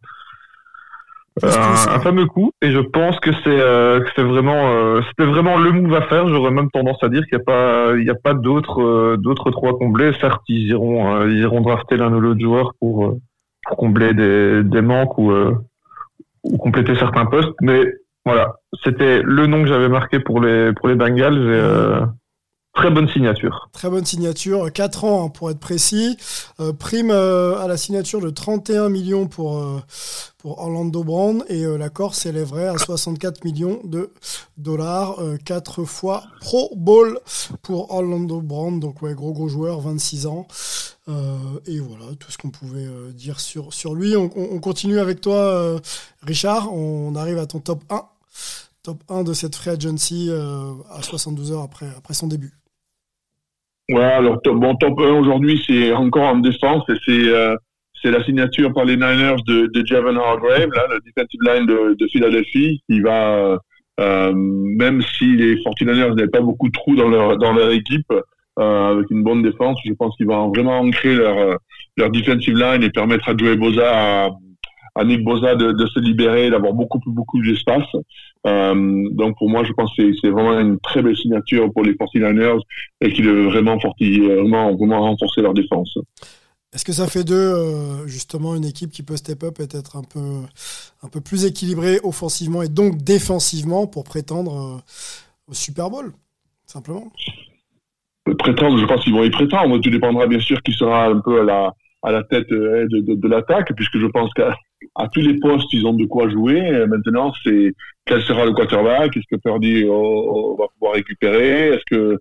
un fameux coup, et je pense que c'était vraiment le move à faire. J'aurais même tendance à dire qu'il y a pas d'autres trous à combler. Certes, ils iront drafter l'un ou l'autre joueur pour combler des manques ou compléter certains postes, mais voilà, c'était le nom que j'avais marqué pour les Bengals, et très bonne signature. Très bonne signature, 4 ans pour être précis. Prime à la signature de 31 millions pour Orlando Brown, et l'accord s'élèverait à 64 millions de dollars, 4 fois Pro Bowl pour Orlando Brown. Donc gros joueur, 26 ans. Et voilà, tout ce qu'on pouvait dire sur lui. On continue avec toi, Richard. On arrive à ton top 1. Top 1 de cette free agency à 72 heures après son début. Ouais, alors top 1 aujourd'hui, c'est encore en défense et c'est la signature par les Niners de Javon Hargrave, là, le defensive line de Philadelphie, qui va même si les 49ers n'avaient pas beaucoup de trous dans leur équipe, avec une bonne défense, je pense qu'ils vont vraiment ancrer leur defensive line et permettre à Joey Bosa, à Nick Bosa de se libérer, d'avoir beaucoup d'espace. Donc pour moi, je pense que c'est vraiment une très belle signature pour les 49ers et qui devait vraiment renforcer leur défense. Est-ce que ça fait d'eux justement une équipe qui peut step up et être un peu plus équilibrée offensivement et donc défensivement pour prétendre au Super Bowl, simplement? Prétendre, je pense qu'ils vont y prétendre. Tout dépendra bien sûr qui sera un peu à la tête de l'attaque, puisque je pense qu'à tous les postes, ils ont de quoi jouer. Maintenant, c'est quel sera le quarterback? Est-ce que Purdy va pouvoir récupérer? Est-ce que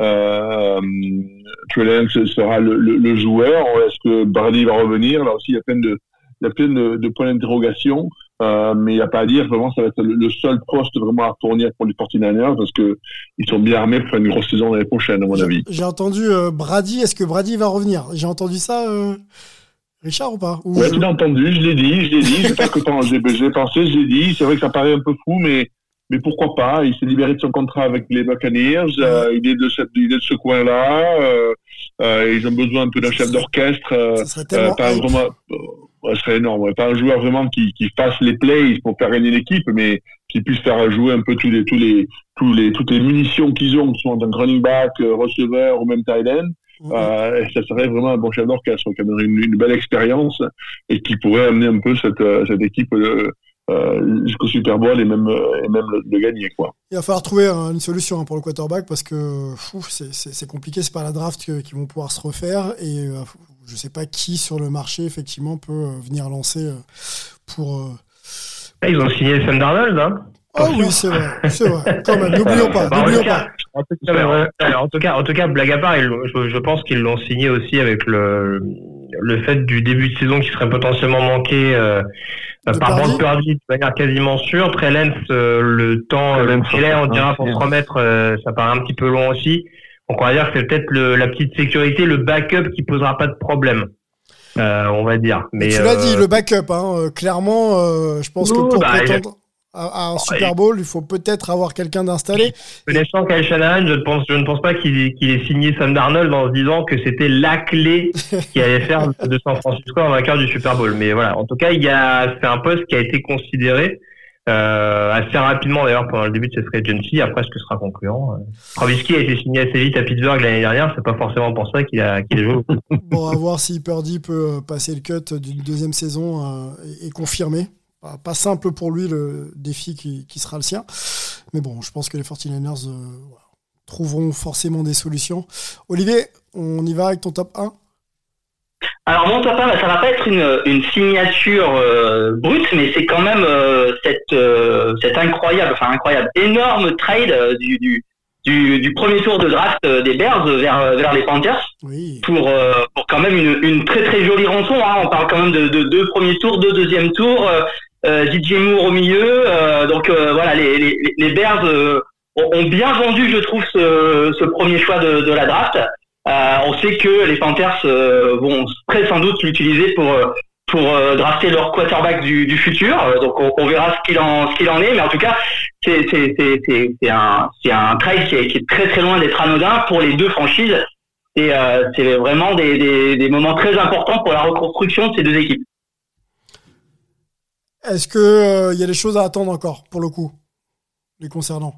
Trey Lance sera le joueur? Est-ce que Brady va revenir? Là aussi, il y a plein de points d'interrogation. Mais il n'y a pas à dire, vraiment, ça va être le seul poste vraiment à fournir pour les 49ers parce que ils sont bien armés pour faire une grosse saison l'année prochaine, à mon avis. J'ai entendu Brady, est-ce que Brady va revenir? J'ai entendu ça, Richard, ou pas? Ouais, tu l'as entendu, je l'ai dit, je sais pas que j'ai pensé, je l'ai dit, c'est vrai que ça paraît un peu fou, mais pourquoi pas? Il s'est libéré de son contrat avec les Buccaneers, il est de ce coin-là, ils ont besoin un peu d'un chef d'orchestre, ça serait tellement ce serait énorme. Ouais. Pas un joueur vraiment qui fasse les plays pour faire gagner l'équipe, mais qui puisse faire jouer un peu toutes les munitions qu'ils ont, que ce soit un running back, receveur ou même tight end. Ça serait vraiment un bon chef d'orchestre qui a une belle expérience et qui pourrait amener un peu cette équipe jusqu'au Super Bowl et même le gagner, quoi. Il va falloir trouver une solution pour le quarterback parce que c'est compliqué, c'est pas la draft qu'ils vont pouvoir se refaire et je sais pas qui sur le marché effectivement peut venir lancer pour. Ils ont signé Sam Darnold, hein. Ah oui, c'est vrai, quand même, n'oublions pas. En tout cas, blague à part, je pense qu'ils l'ont signé aussi avec le fait du début de saison qui serait potentiellement manqué par Brock Purdy de manière quasiment sûre. Trey Lance, le temps qu'il est, on dira, pour se remettre, ça paraît un petit peu long aussi. Donc on va dire que c'est peut-être la petite sécurité, le backup qui posera pas de problème. On va dire. Mais tu l'as dit, le backup, clairement, je pense que pour prétendre à un Super Bowl, il faut peut-être avoir quelqu'un d'installé. Connaissant Kyle Shanahan, je ne pense pas qu'il ait signé Sam Darnold en se disant que c'était la clé qui allait faire de San Francisco un vainqueur du Super Bowl. Mais voilà, en tout cas, c'est un poste qui a été considéré assez rapidement d'ailleurs pendant le début de cette free agency. Après, est-ce que ce sera concluant? Trubisky a été signé assez vite à Pittsburgh l'année dernière. C'est pas forcément pour ça qu'il a joué. Bon, à voir si Purdy peut passer le cut d'une deuxième saison et confirmer. Pas simple pour lui le défi qui sera le sien. Mais bon, je pense que les 49ers trouveront forcément des solutions. Olivier, on y va avec ton top 1? Alors mon top 1, ça va pas être une signature brute, mais c'est quand même cette incroyable énorme trade du premier tour de draft des Bears vers les Panthers. Oui. Pour quand même une très très jolie rançon, hein. On parle quand même de deux premiers tours, deux deuxièmes tours, DJ Moore au milieu, donc voilà, les Bears ont bien vendu, je trouve, ce premier choix de la draft. On sait que les Panthers vont très sans doute l'utiliser pour drafter leur quarterback du futur. Donc on verra ce qu'il en est, mais en tout cas c'est un trade qui est très très loin d'être anodin pour les deux franchises. Et c'est vraiment des moments très importants pour la reconstruction de ces deux équipes. Est-ce que y a des choses à attendre encore pour le coup, les concernant?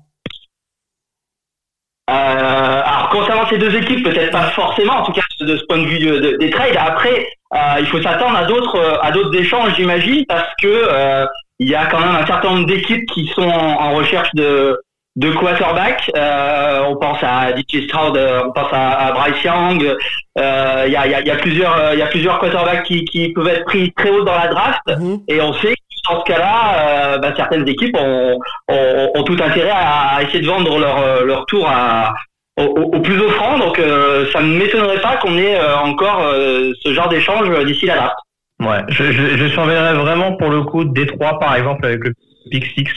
Alors concernant ces deux équipes, peut-être pas forcément, en tout cas de ce point de vue des trades. Après, il faut s'attendre à d'autres échanges, j'imagine, parce que il y a quand même un certain nombre d'équipes qui sont en recherche de quarterback. On pense à DJ Stroud, on pense à Bryce Young. Il y a plusieurs quarterbacks qui peuvent être pris très haut dans la draft. Et on sait que dans ce cas-là, certaines équipes ont tout intérêt à essayer de vendre leur tour au plus offrant. Donc ça ne m'étonnerait pas qu'on ait encore ce genre d'échange d'ici la draft. Ouais, je surveillerais vraiment pour le coup Détroit par exemple avec le pick 6.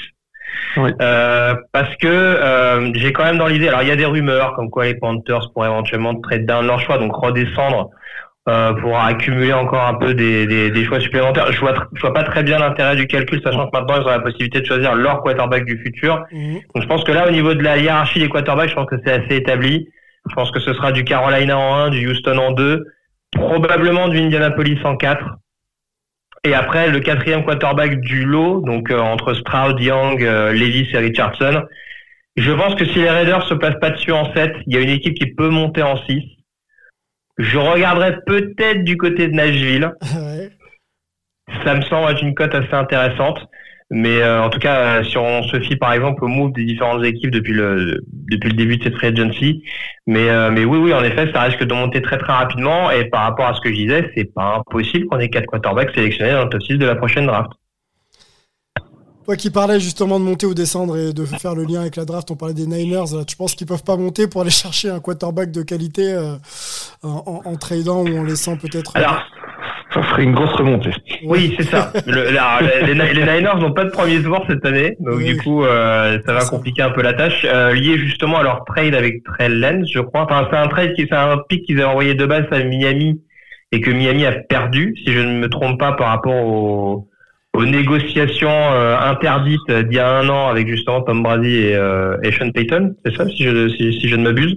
Oui. Parce que j'ai quand même dans l'idée, alors il y a des rumeurs comme quoi les Panthers pourraient éventuellement trade down leur choix, donc redescendre pour accumuler encore un peu des choix supplémentaires. Je vois pas très bien l'intérêt du calcul, sachant que maintenant ils ont la possibilité de choisir leur quarterback du futur. Donc je pense que là, au niveau de la hiérarchie des quarterbacks, je pense que c'est assez établi. Je pense que ce sera du Carolina en 1, du Houston en 2, probablement du Indianapolis en 4. Et après, le 4e quarterback du lot, donc entre Stroud, Young, Levis et Richardson. Je pense que si les Raiders se placent pas dessus en 7, il y a une équipe qui peut monter en 6. Je regarderai peut-être du côté de Nashville. Ouais. Ça me semble être une cote assez intéressante. Mais en tout cas, si on se fie par exemple au move des différentes équipes depuis le début de cette free agency, mais oui, en effet, ça risque de monter très très rapidement. Et par rapport à ce que je disais, c'est pas impossible qu'on ait 4 quarterbacks sélectionnés dans le top 6 de la prochaine draft. Toi qui parlais justement de monter ou descendre et de faire le lien avec la draft, on parlait des Niners. Là, tu penses qu'ils peuvent pas monter pour aller chercher un quarterback de qualité en tradant ou en laissant peut-être... Alors, ça ferait une grosse remontée. Oui, c'est ça. Les Niners n'ont pas de premier tour cette année, donc oui. Du coup, ça va compliquer un peu la tâche. Lié justement à leur trade avec Trey Lance, je crois. Enfin, c'est un pick qu'ils avaient envoyé de base à Miami et que Miami a perdu, si je ne me trompe pas, par rapport aux négociations interdites d'il y a un an avec justement Tom Brady et Sean Payton. C'est ça, si je ne m'abuse.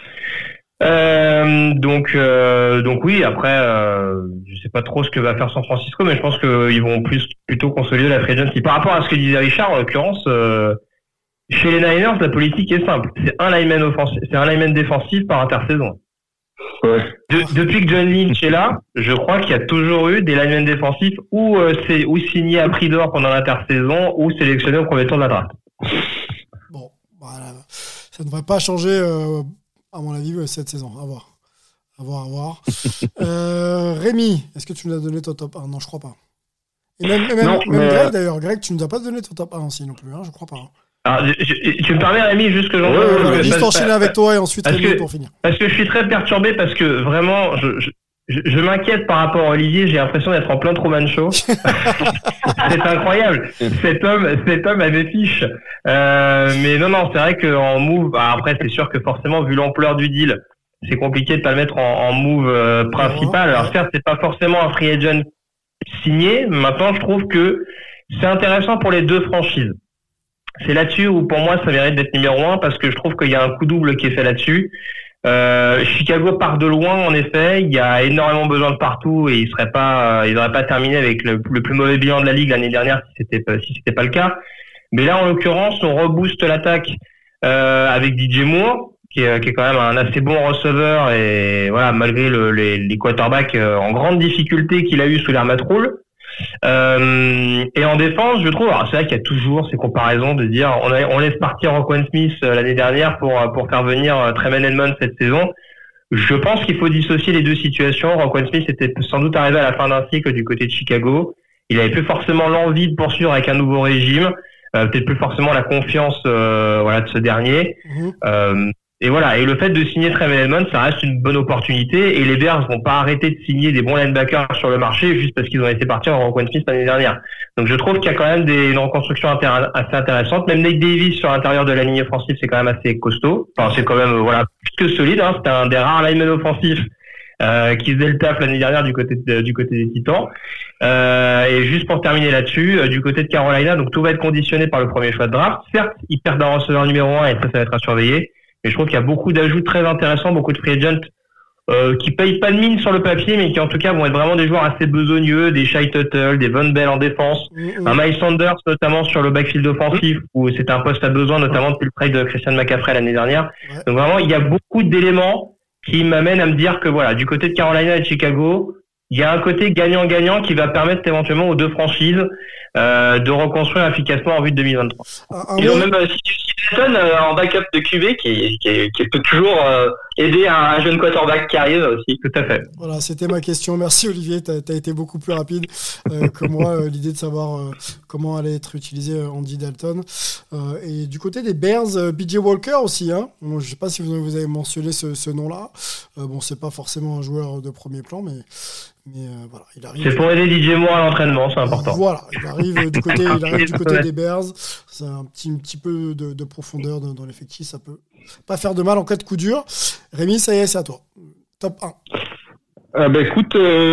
Donc oui, après, je sais pas trop ce que va faire San Francisco, mais je pense qu'ils vont plutôt consolider la free agency. Par rapport à ce que disait Richard, en l'occurrence, chez les Niners, la politique est simple. C'est un lineman défensif par intersaison. Ouais. Depuis que John Lynch est là, je crois qu'il y a toujours eu des linemen défensifs ou signés à prix d'or pendant l'intersaison ou sélectionnés au premier tour de la draft. Bon, voilà. Ça ne devrait pas changer, à mon avis, cette saison. À voir. Rémi, est-ce que tu nous as donné ton top 1 ? Non, je crois pas. Et même Greg, d'ailleurs. Greg, tu nous as pas donné ton top 1 aussi non plus, hein, je crois pas. Alors, tu me permets, Rémi, juste que j'en juste enchaîner avec toi et ensuite Rémi pour finir. Parce que je suis très perturbé parce que vraiment, je m'inquiète par rapport à Olivier. J'ai l'impression d'être en plein Truman Show. C'est incroyable. Cet homme a des fiches. Mais non, c'est vrai qu'en move, après, c'est sûr que forcément, vu l'ampleur du deal, c'est compliqué de pas le mettre en move principal. Alors certes, c'est pas forcément un free agent signé. Maintenant, je trouve que c'est intéressant pour les deux franchises. C'est là-dessus où pour moi ça mérite d'être numéro 1 parce que je trouve qu'il y a un coup double qui est fait là-dessus. Chicago part de loin en effet, il y a énormément besoin de partout et il n'aurait pas terminé avec le plus mauvais bilan de la ligue l'année dernière si c'était pas le cas. Mais là en l'occurrence on rebooste l'attaque avec DJ Moore qui est quand même un assez bon receveur et voilà malgré les quarterbacks en grande difficulté qu'il a eu sous l'ère Matt Rule. Et en défense, je trouve, alors c'est vrai qu'il y a toujours ces comparaisons de dire on laisse partir Roquan Smith l'année dernière pour faire venir Tremaine Edmonds cette saison. Je pense qu'il faut dissocier les deux situations. Roquan Smith était sans doute arrivé à la fin d'un cycle du côté de Chicago. Il avait plus forcément l'envie de poursuivre avec un nouveau régime, peut-être plus forcément la confiance de ce dernier. Et voilà, et le fait de signer Tremaine Edmonds, ça reste une bonne opportunité et les Bears vont pas arrêter de signer des bons linebackers sur le marché juste parce qu'ils ont laissé partir Roquan Smith l'année dernière. Donc je trouve qu'il y a quand même une reconstruction assez intéressante. Même Nate Davis sur l'intérieur de la ligne offensive, c'est quand même assez costaud. Enfin, c'est quand même plus que solide. C'était un des rares linemen offensifs qui faisait le taf l'année dernière du côté des Titans. Et juste pour terminer là-dessus, du côté de Carolina, donc tout va être conditionné par le premier choix de draft. Certes, ils perdent un receveur numéro 1 et ça va être à surveiller. Mais je trouve qu'il y a beaucoup d'ajouts très intéressants, beaucoup de free agents qui payent pas de mine sur le papier, mais qui en tout cas vont être vraiment des joueurs assez besogneux, des Shai Tuttle, des Von Bell en défense, un Miles Sanders notamment sur le backfield offensif où c'était un poste à besoin, notamment depuis le trade de Christian McCaffrey l'année dernière. Donc vraiment, il y a beaucoup d'éléments qui m'amènent à me dire que voilà, du côté de Carolina et de Chicago, il y a un côté gagnant-gagnant qui va permettre éventuellement aux deux franchises de reconstruire efficacement en vue de 2023. Ils ont même Sidney Newton en backup de QB qui peut toujours aider un jeune quarterback qui arrive aussi. Tout à fait. Voilà, c'était ma question. Merci Olivier, t'as été beaucoup plus rapide que moi. L'idée de savoir comment allait être utilisé Andy Dalton. Et du côté des Bears, PJ Walker aussi. Hein. Bon, je ne sais pas si vous avez mentionné ce nom-là. Bon, c'est pas forcément un joueur de premier plan, mais voilà, il arrive. C'est pour aider DJ Moore à l'entraînement, c'est important. Voilà, il arrive du côté des Bears. C'est un petit peu de profondeur dans l'effectif, ça peut pas faire de mal en cas de coup dur. Rémi, ça y est, c'est à toi. Top 1. Écoute,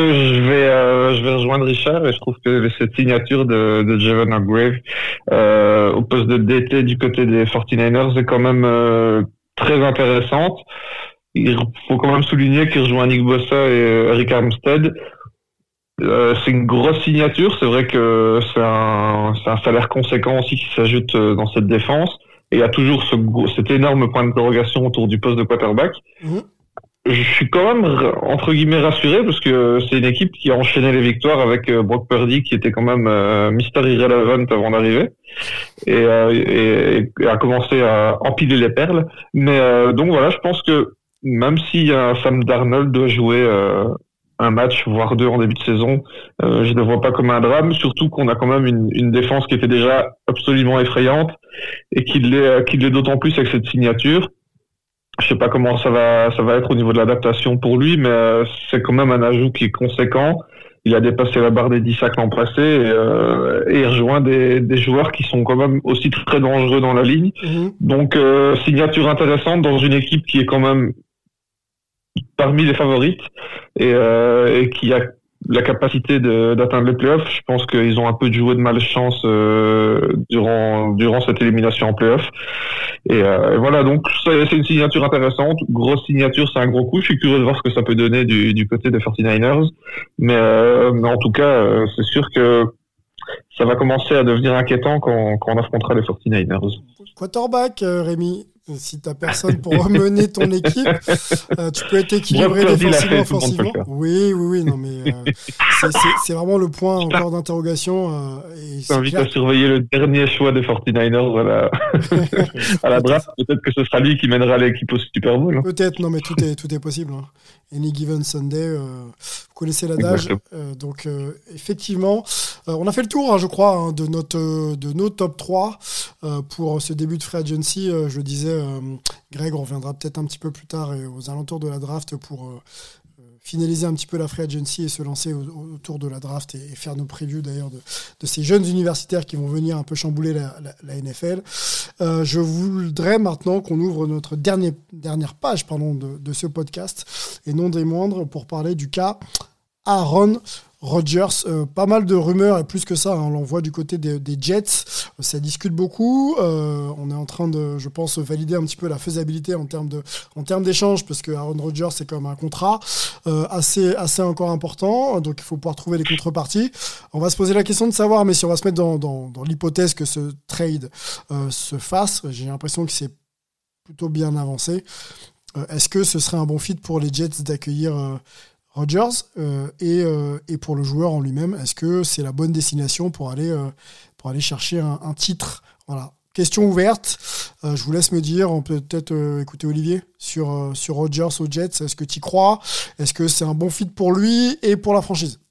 je vais rejoindre Richard et je trouve que cette signature de Javon Hargrave au poste de DT du côté des 49ers est quand même très intéressante. Il faut quand même souligner qu'il rejoint Nick Bosa et Eric Armstead. C'est une grosse signature. C'est vrai que c'est un salaire conséquent aussi qui s'ajoute dans cette défense. Et il y a toujours cet énorme point d'interrogation autour du poste de quarterback. Je suis quand même, entre guillemets, rassuré parce que c'est une équipe qui a enchaîné les victoires avec Brock Purdy qui était quand même Mr. Irrelevant avant d'arriver et a commencé à empiler les perles. Mais donc voilà, je pense que même si Sam Darnold doit jouer un match, voire 2 en début de saison, je ne vois pas comme un drame, surtout qu'on a quand même une défense qui était déjà absolument effrayante et qui l'est d'autant plus avec cette signature. Je sais pas comment ça va être au niveau de l'adaptation pour lui, mais c'est quand même un ajout qui est conséquent. Il a dépassé la barre des 10 sacs l'an passé et il rejoint des joueurs qui sont quand même aussi très dangereux dans la ligne. Donc signature intéressante dans une équipe qui est quand même parmi les favorites et qui a la capacité d'atteindre les playoffs. Je pense qu'ils ont un peu joué de malchance durant cette élimination en playoffs. Et voilà, donc c'est une signature intéressante. Grosse signature, c'est un gros coup. Je suis curieux de voir ce que ça peut donner du côté des 49ers. Mais en tout cas, c'est sûr que ça va commencer à devenir inquiétant quand on affrontera les 49ers. Quarterback, Rémi, si t'as personne pour mener ton équipe, tu peux être équilibré défensivement, offensivement. Oui, non, mais c'est vraiment le point encore d'interrogation. J'invite à surveiller le dernier choix des 49ers à la draft. Peut-être que ce sera lui qui mènera l'équipe au Super Bowl. Hein. Peut-être, non, mais tout est possible. Hein. Any given Sunday, vous connaissez l'adage. Donc, effectivement, on a fait le tour, hein, je crois, hein, de nos top 3 pour ce début de Free Agency. Je le disais, Greg, on reviendra peut-être un petit peu plus tard et aux alentours de la draft pour finaliser un petit peu la Free Agency et se lancer autour de la draft et faire nos previews d'ailleurs de ces jeunes universitaires qui vont venir un peu chambouler la NFL. Je voudrais maintenant qu'on ouvre notre dernière page de ce podcast et non des moindres pour parler du cas Aaron Rodgers. Pas mal de rumeurs et plus que ça, hein, on l'envoie du côté des Jets. Ça discute beaucoup. On est en train de, je pense, valider un petit peu la faisabilité en termes d'échange parce que Aaron Rodgers c'est quand même un contrat assez encore important. Donc il faut pouvoir trouver les contreparties. On va se poser la question de savoir, mais si on va se mettre dans l'hypothèse que ce trade se fasse, j'ai l'impression que c'est plutôt bien avancé. Est-ce que ce serait un bon fit pour les Jets d'accueillir Rodgers et pour le joueur en lui-même, est-ce que c'est la bonne destination pour aller chercher un titre? Voilà. Question ouverte. Je vous laisse me dire. On peut peut-être écouter Olivier sur Rodgers aux Jets. Est-ce que tu y crois? Est-ce que c'est un bon fit pour lui et pour la franchise?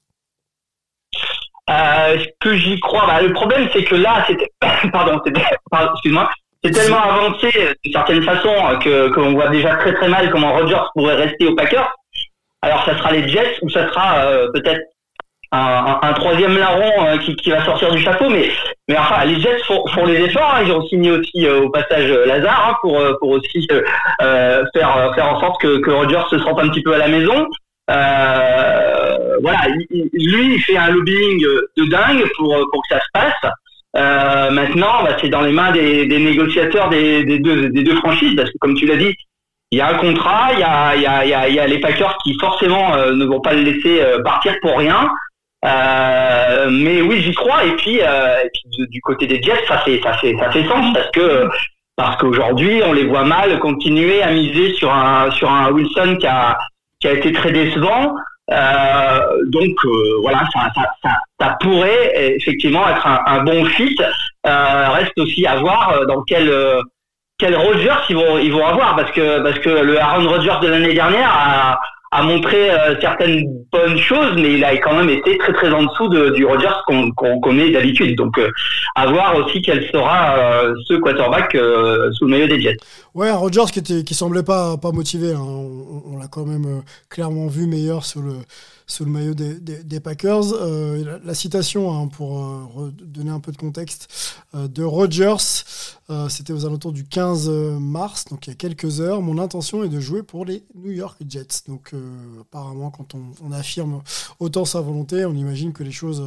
Est-ce que j'y crois? Le problème, c'est que là, excuse-moi. C'est tellement avancé d'une certaine façon qu'on voit déjà très très mal comment Rodgers pourrait rester aux Packers. Alors ça sera les Jets ou ça sera peut-être un troisième larron qui va sortir du chapeau, mais enfin les Jets font les efforts, hein. Ils ont signé aussi au passage Lazare, hein, pour aussi faire en sorte que Rodgers se sente un petit peu à la maison. Voilà, lui il fait un lobbying de dingue pour que ça se passe. Maintenant, c'est dans les mains des négociateurs des deux franchises, parce que comme tu l'as dit, il y a un contrat, il y a les Packers qui forcément ne vont pas le laisser partir pour rien. Mais oui, j'y crois. Et puis du côté des Jets, ça fait sens parce qu'aujourd'hui, on les voit mal continuer à miser sur un Wilson qui a été très décevant. Donc voilà, ça pourrait effectivement être un bon fit. Reste aussi à voir dans quel quel Rodgers ils vont avoir, parce que le Aaron Rodgers de l'année dernière a montré certaines bonnes choses, mais il a quand même été très très en dessous du Rodgers qu'on connaît d'habitude. Donc à voir aussi quel sera ce quarterback sous le maillot des Jets. Ouais, Rodgers qui semblait pas motivé, hein. On l'a quand même clairement vu meilleur sous le maillot des Packers. La citation, hein, pour donner un peu de contexte, de Rodgers, c'était aux alentours du 15 mars, donc il y a quelques heures. Mon intention est de jouer pour les New York Jets. Donc apparemment, quand on affirme autant sa volonté, on imagine que les choses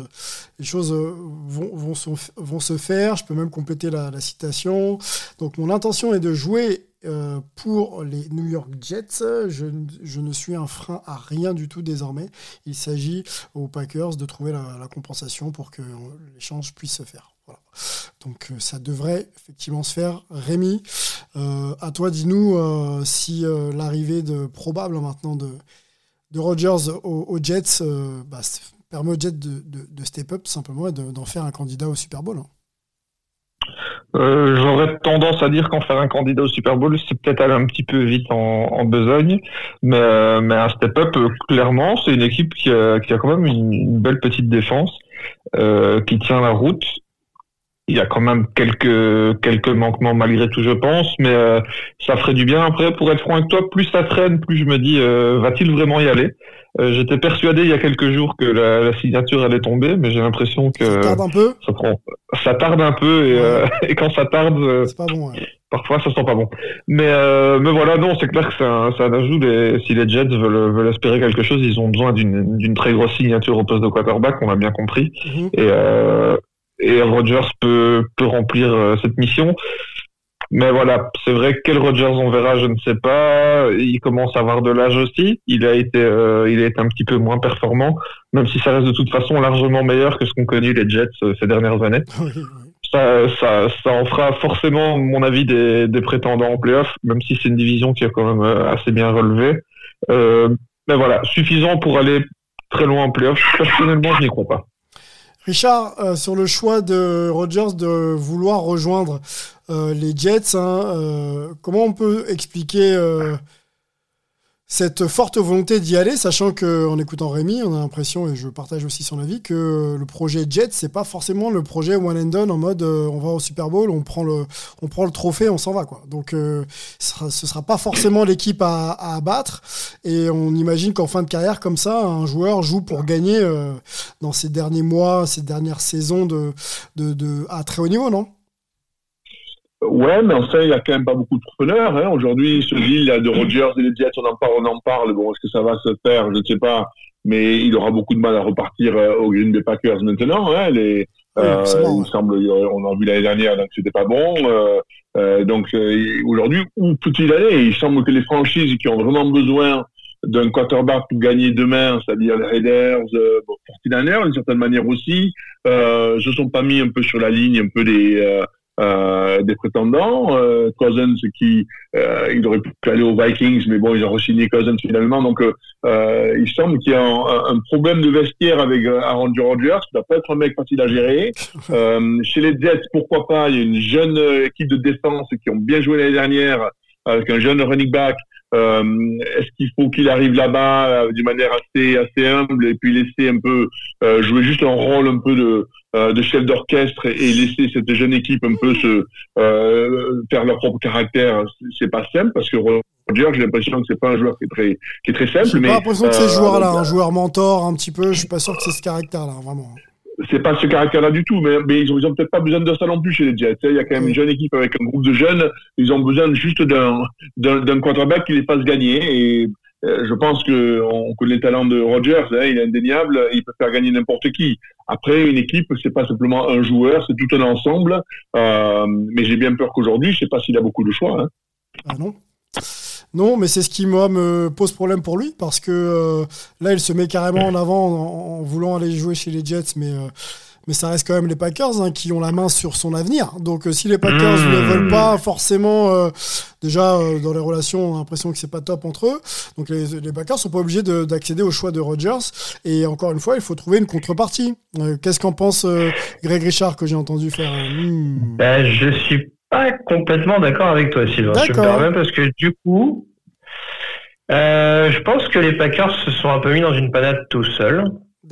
vont se faire. Je peux même compléter la citation. Donc mon intention est de jouer pour les New York Jets. Je ne suis un frein à rien du tout désormais. Il s'agit aux Packers de trouver la compensation pour que l'échange puisse se faire. Voilà. Donc ça devrait effectivement se faire. Rémi, à toi, dis-nous si l'arrivée probable maintenant de Rodgers aux Jets permet aux Jets de step up simplement et d'en faire un candidat au Super Bowl. Hein. J'aurais tendance à dire qu'en faire un candidat au Super Bowl, c'est peut-être aller un petit peu vite en besogne, mais un step-up, clairement, c'est une équipe qui a quand même une belle petite défense, qui tient la route. Il y a quand même quelques manquements malgré tout, je pense, mais ça ferait du bien. Après, pour être franc avec toi, plus ça traîne, plus je me dis, va-t-il vraiment y aller? J'étais persuadé il y a quelques jours que la signature allait tomber, mais j'ai l'impression que ça tarde un peu. Ça tarde un peu et quand ça tarde, c'est pas bon. Ouais. Parfois ça sent pas bon. Mais voilà, non, c'est clair que c'est un ajout. Si les Jets veulent espérer quelque chose, ils ont besoin d'une très grosse signature au poste de quarterback, on l'a bien compris. Mm-hmm. Et Rodgers peut remplir cette mission. Mais voilà, c'est vrai que quel Rodgers on verra, je ne sais pas. Il commence à avoir de l'âge aussi. Il a été un petit peu moins performant, même si ça reste de toute façon largement meilleur que ce qu'ont connu les Jets ces dernières années. Ça en fera forcément, à mon avis, des prétendants en playoff, même si c'est une division qui a quand même assez bien relevé. Mais voilà, suffisant pour aller très loin en playoff. Personnellement, je n'y crois pas. Richard, sur le choix de Rodgers de vouloir rejoindre les Jets, comment on peut expliquer cette forte volonté d'y aller, sachant qu'en écoutant Rémi, on a l'impression, et je partage aussi son avis, que le projet Jets, c'est pas forcément le projet one and done en mode on va au Super Bowl, on prend le trophée, on s'en va, quoi. Donc ce sera pas forcément l'équipe à abattre, et on imagine qu'en fin de carrière comme ça, un joueur joue pour gagner dans ces derniers mois, ces dernières saisons à très haut niveau, non? Ouais, mais enfin, il y a quand même pas beaucoup de preneurs. Hein. Aujourd'hui, ce deal là, de Rodgers et les Jets, on en parle. Bon, est-ce que ça va se faire? Je ne sais pas. Mais il aura beaucoup de mal à repartir au Green Bay Packers maintenant. Hein. Il me semble, on a vu l'année dernière, donc c'était pas bon. Donc aujourd'hui, où peut-il aller? Il semble que les franchises qui ont vraiment besoin d'un quarterback pour gagner demain, c'est-à-dire les Raiders, 49ers d'une certaine manière aussi, se sont pas mis un peu sur la ligne, un peu des prétendants. Cousins il aurait pu aller aux Vikings, mais bon, ils ont re-signé Cousins finalement. Donc il semble qu'il y a un problème de vestiaire avec Aaron Rodgers. Ça doit pas être un mec facile à gérer. Chez les Jets, pourquoi pas? Il y a une jeune équipe de défense qui ont bien joué l'année dernière avec un jeune running back. Est-ce qu'il faut qu'il arrive là-bas d'une manière assez humble et puis laisser un peu jouer juste un rôle un peu de chef d'orchestre et laisser cette jeune équipe un peu se faire leur propre caractère? C'est pas simple parce que Rodgers, j'ai l'impression que c'est pas un joueur qui est très simple. J'ai pas l'impression que c'est ce joueur-là, un joueur mentor un petit peu. Je suis pas sûr que c'est ce caractère-là, vraiment. C'est pas ce caractère-là du tout, mais ils ont peut-être pas besoin de ça non plus chez les Jets. Il y a quand même une jeune équipe avec un groupe de jeunes. Ils ont besoin juste d'un quarterback qui les fasse gagner. Et je pense on connaît le talent de Rodgers. Il est indéniable. Il peut faire gagner n'importe qui. Après, une équipe, c'est pas simplement un joueur, c'est tout un ensemble. Mais j'ai bien peur qu'aujourd'hui, je sais pas s'il a beaucoup de choix. Hein. Ah non. Non, mais c'est ce qui moi me pose problème pour lui, parce que là, il se met carrément en avant en voulant aller jouer chez les Jets, mais ça reste quand même les Packers qui ont la main sur son avenir. Donc si les Packers ne veulent pas forcément, déjà dans les relations, on a l'impression que c'est pas top entre eux. Donc les Packers sont pas obligés d'accéder au choix de Rodgers. Et encore une fois, il faut trouver une contrepartie. Qu'est-ce qu'en pense Greg Richard, que j'ai entendu faire Je suis Ouais, complètement d'accord avec toi, Sylvain. Je me permets parce que du coup, je pense que les Packers se sont un peu mis dans une panade tout seuls.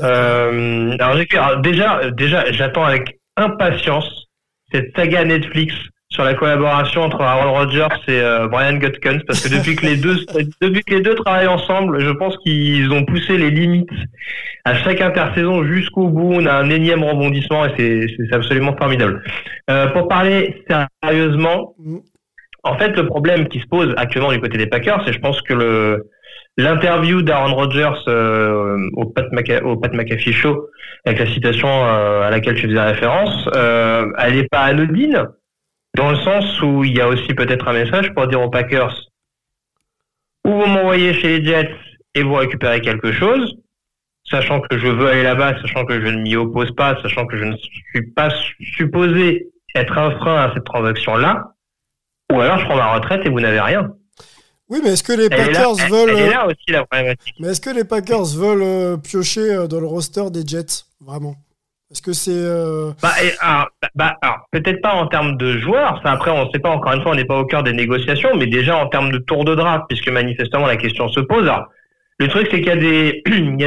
Alors déjà, j'attends avec impatience cette saga Netflix sur la collaboration entre Aaron Rodgers et Brian Gutekunst, parce que depuis que les deux travaillent ensemble, je pense qu'ils ont poussé les limites à chaque intersaison jusqu'au bout. On a un énième rebondissement et c'est absolument formidable. Pour parler sérieusement, en fait, le problème qui se pose actuellement du côté des Packers, c'est je pense que l'interview d'Aaron Rodgers au Pat McAfee Show, avec la citation à laquelle tu faisais référence, elle n'est pas anodine, dans le sens où il y a aussi peut-être un message pour dire aux Packers: ou vous m'envoyez chez les Jets et vous récupérez quelque chose, sachant que je veux aller là-bas, sachant que je ne m'y oppose pas, sachant que je ne suis pas supposé être un frein à cette transaction-là, ou alors je prends ma retraite et vous n'avez rien. Oui, mais est-ce que les Packers veulent... Elle est là aussi la problématique. Mais est-ce que les Packers veulent piocher dans le roster des Jets, vraiment? Est-ce que c'est... Alors, peut-être pas en termes de joueurs, ça après on ne sait pas, encore une fois, on n'est pas au cœur des négociations, mais déjà en termes de tour de draft, puisque manifestement la question se pose. Alors, le truc c'est qu'il y a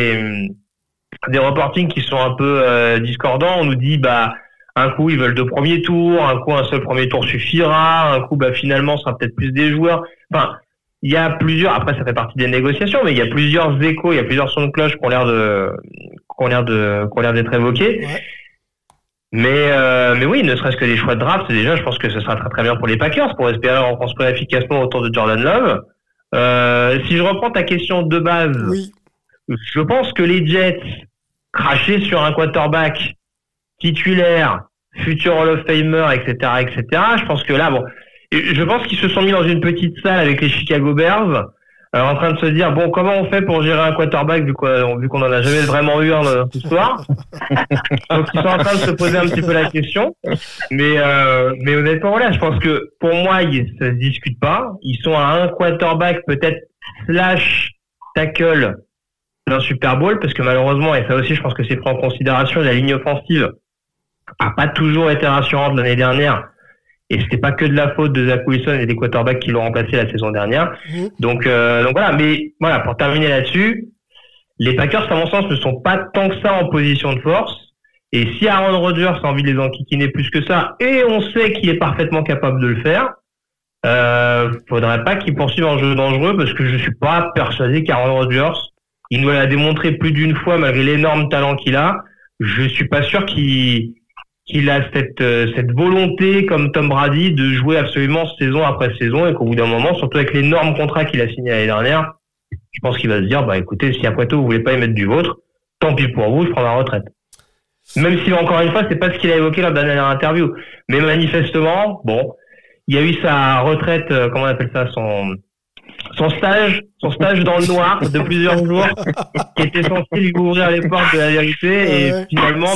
des reportings qui sont un peu discordants. On nous dit un coup ils veulent 2 premiers tours, un coup un seul premier tour suffira, un coup finalement ce sera peut-être plus des joueurs. Enfin, il y a plusieurs, après ça fait partie des négociations, mais il y a plusieurs échos, il y a plusieurs sons de cloche qui ont l'air d'être évoqués. Ouais. Mais oui, ne serait-ce que des choix de draft, déjà je pense que ce sera très très bien pour les Packers pour espérer reconstruire efficacement autour de Jordan Love. Si je reprends ta question de base, oui. Je pense que les Jets cracher sur un quarterback titulaire, futur Hall of Famer, etc., je pense que là, je pense qu'ils se sont mis dans une petite salle avec les Chicago Bears, en train de se dire, comment on fait pour gérer un quarterback vu qu'on en a jamais vraiment eu un dans notre histoire. Donc ils sont en train de se poser un petit peu la question. Mais honnêtement, voilà, je pense que pour moi, ça se discute pas. Ils sont à un quarterback peut-être / tackle d'un Super Bowl, parce que malheureusement, et ça aussi je pense que c'est pris en considération, la ligne offensive a pas toujours été rassurante l'année dernière, et c'était pas que de la faute de Zach Wilson et des quarterbacks qui l'ont remplacé la saison dernière. Donc voilà, mais voilà, pour terminer là-dessus, les Packers à mon sens ne sont pas tant que ça en position de force, et si Aaron Rodgers a envie de les enquiquiner plus que ça, et on sait qu'il est parfaitement capable de le faire, faudrait pas qu'il poursuive un jeu dangereux, parce que je suis pas persuadé qu'Aaron Rodgers, il nous l'a démontré plus d'une fois malgré l'énorme talent qu'il a, je suis pas sûr qu'il a cette volonté comme Tom Brady de jouer absolument saison après saison, et qu'au bout d'un moment, surtout avec l'énorme contrat qu'il a signé l'année dernière, je pense qu'il va se dire, écoutez, si après tout vous voulez pas y mettre du vôtre, tant pis pour vous, je prends ma retraite. Même si encore une fois, c'est pas ce qu'il a évoqué lors de la dernière interview. Mais manifestement, il y a eu sa retraite, comment on appelle ça, son stage dans le noir de plusieurs jours, qui était censé lui ouvrir les portes de la vérité, et finalement,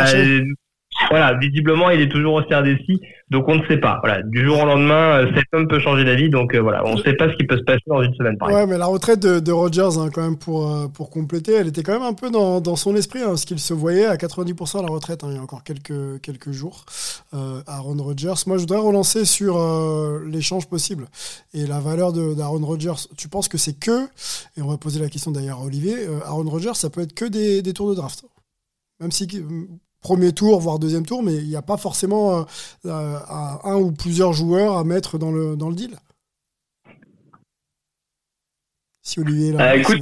voilà, visiblement, il est toujours aussi indécis, donc on ne sait pas. Voilà, du jour au lendemain, cet homme peut changer d'avis, donc voilà, on ne sait pas ce qui peut se passer dans une semaine pareille. Ouais, mais la retraite de Rodgers, quand même, pour compléter, elle était quand même un peu dans son esprit, parce qu'il se voyait à 90% à la retraite, il y a encore quelques jours, Aaron Rodgers. Moi, je voudrais relancer sur l'échange possible et la valeur d'Aaron Rodgers. Tu penses que c'est et on va poser la question d'ailleurs à Olivier, Aaron Rodgers, ça peut être que des tours de draft, même si... premier tour, voire deuxième tour, mais il n'y a pas forcément un ou plusieurs joueurs à mettre dans le deal. Si Olivier est là, écoute,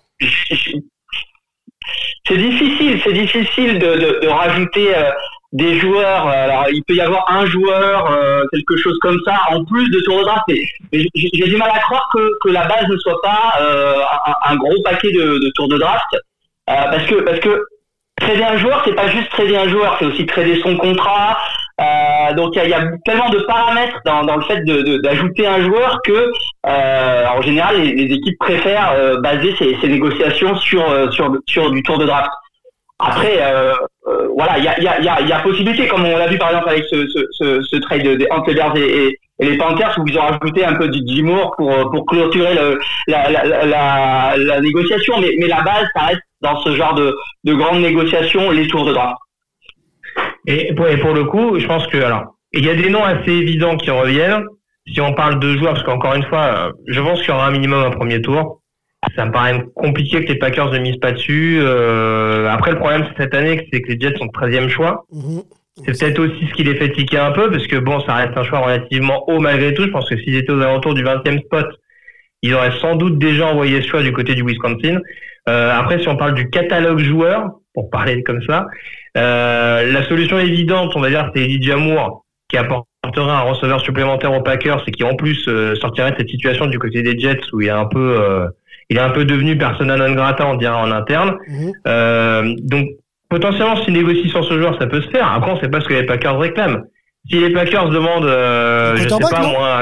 c'est difficile de rajouter des joueurs. Alors, il peut y avoir un joueur, quelque chose comme ça, en plus de tour de draft. Mais j'ai du mal à croire que la base ne soit pas un gros paquet de tours de draft, parce que trader un joueur, c'est pas juste trader un joueur, c'est aussi trader son contrat. Donc il y a tellement de paramètres dans le fait d'ajouter un joueur que en général les équipes préfèrent baser ces négociations sur du tour de draft. Après voilà, il y a possibilité, comme on l'a vu par exemple avec ce trade entre les Bears et les Panthers, où ils ont rajouté un peu du Jim Moore pour clôturer la négociation, mais la base, ça reste dans ce genre de grandes négociations, les tours de draft. Et pour le coup, je pense que il y a des noms assez évidents qui reviennent. Si on parle de joueurs, parce qu'encore une fois, je pense qu'il y aura un minimum un premier tour. Ça me paraît compliqué que les Packers ne misent pas dessus. Après, le problème cette année, c'est que les Jets sont 13e choix. C'est peut-être aussi ce qui les fait tiquer un peu, parce que bon, ça reste un choix relativement haut malgré tout. Je pense que s'ils étaient aux alentours du 20e spot, ils auraient sans doute déjà envoyé ce choix du côté du Wisconsin. Après, si on parle du catalogue joueur, pour parler comme ça, la solution évidente, on va dire, c'est Elijah Moore, qui apporterait un receveur supplémentaire aux Packers et qui en plus sortirait de cette situation du côté des Jets où il est un peu devenu persona non grata, on dirait en interne. Donc potentiellement, s'il négocie sur ce joueur, ça peut se faire. Après, on sait pas ce que les Packers réclament. Si les Packers demandent, je sais pas moi,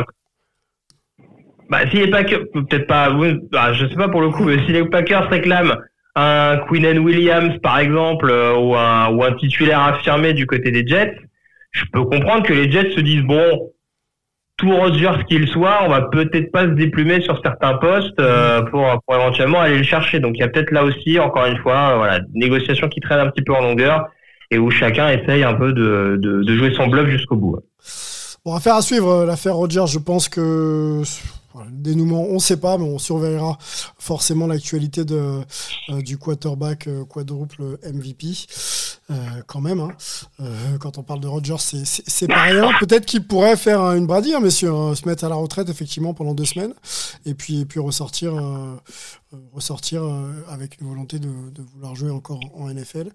si les Packers, peut-être pas, je sais pas pour le coup, mais si les Packers réclament un Quinnen Williams par exemple ou un titulaire affirmé du côté des Jets, je peux comprendre que les Jets se disent bon, tout Rodgers qu'il soit, on va peut-être pas se déplumer sur certains postes pour éventuellement aller le chercher. Donc il y a peut-être là aussi, encore une fois, voilà, négociation qui traîne un petit peu en longueur et où chacun essaye un peu de jouer son bluff jusqu'au bout. Bon, affaire à suivre, l'affaire Rodgers. Je pense que le dénouement, on ne sait pas, mais on surveillera forcément l'actualité du quarterback quadruple MVP. Quand même, quand on parle de Rodgers, c'est pas rien. Peut-être qu'il pourrait faire une Brady, messieurs, se mettre à la retraite effectivement pendant 2 semaines, et puis ressortir avec une volonté de vouloir jouer encore en NFL.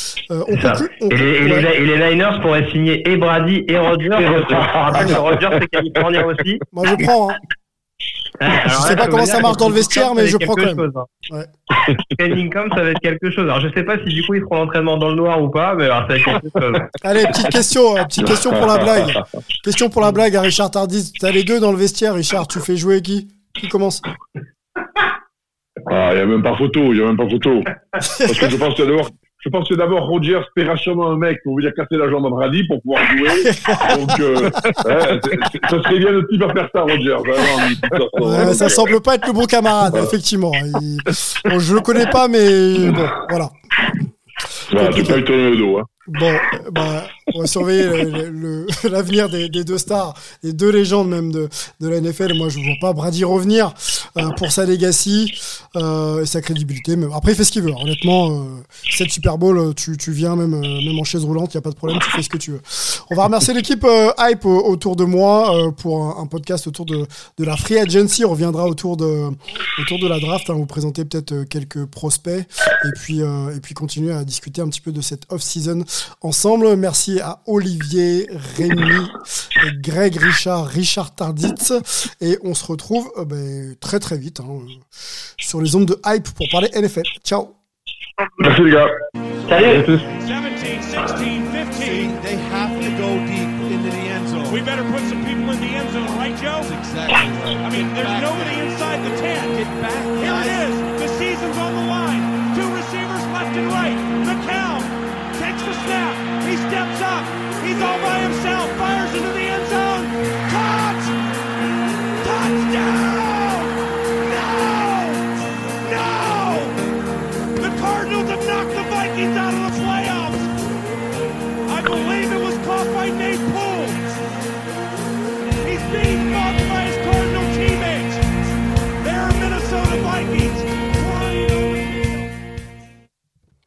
Et les Niners pourraient signer et Brady et Rodgers. Rodgers c'est californien aussi. Moi je prends. Je sais pas comment ça marche dans le vestiaire, mais je prends quand même. Cunningham, ça va être quelque chose. Alors, je sais pas si du coup ils feront l'entraînement dans le noir ou pas, mais alors, ça va être quelque chose. Allez, petite question pour la blague. Question pour la blague à Richard Tardis. T'as les deux dans le vestiaire, Richard. Tu fais jouer qui commence? Il n'y a même pas photo. Parce que je pense que d'abord, Rodgers paiera sûrement un mec pour vous dire casser la jambe à Brady pour pouvoir jouer. Donc, ça serait bien de ne pas faire ça, Rodgers. Ça semble pas être le bon camarade, effectivement. Bon, je le connais pas, mais bon, voilà. Tu peux lui tourner le dos. Bon, on va surveiller l'avenir des deux stars, des deux légendes même de la NFL. Moi, je ne vois pas Brady revenir pour sa legacy et sa crédibilité. Mais après, il fait ce qu'il veut. Honnêtement, cette Super Bowl, tu viens même en chaise roulante, il n'y a pas de problème, tu fais ce que tu veux. On va remercier l'équipe Hype autour de moi pour un podcast autour de la Free Agency. On reviendra autour de la draft, vous présenter peut-être quelques prospects et puis continuer à discuter un petit peu de cette off-season ensemble. Merci à Olivier, Rémi, Greg, Richard Tarditz, et on se retrouve très très vite sur les ondes de Hype pour parler NFL. Ciao. Merci les gars. Salut. 17, 16, 15. They have to go deep into the end zone. We better put some people in the end zone, right, Joe? That's exactly right. I mean, there's nobody inside the 10. Get back. Here it is. The season's on the line. 2 receivers left and right. The count. Takes the snap. He steps up. He's all by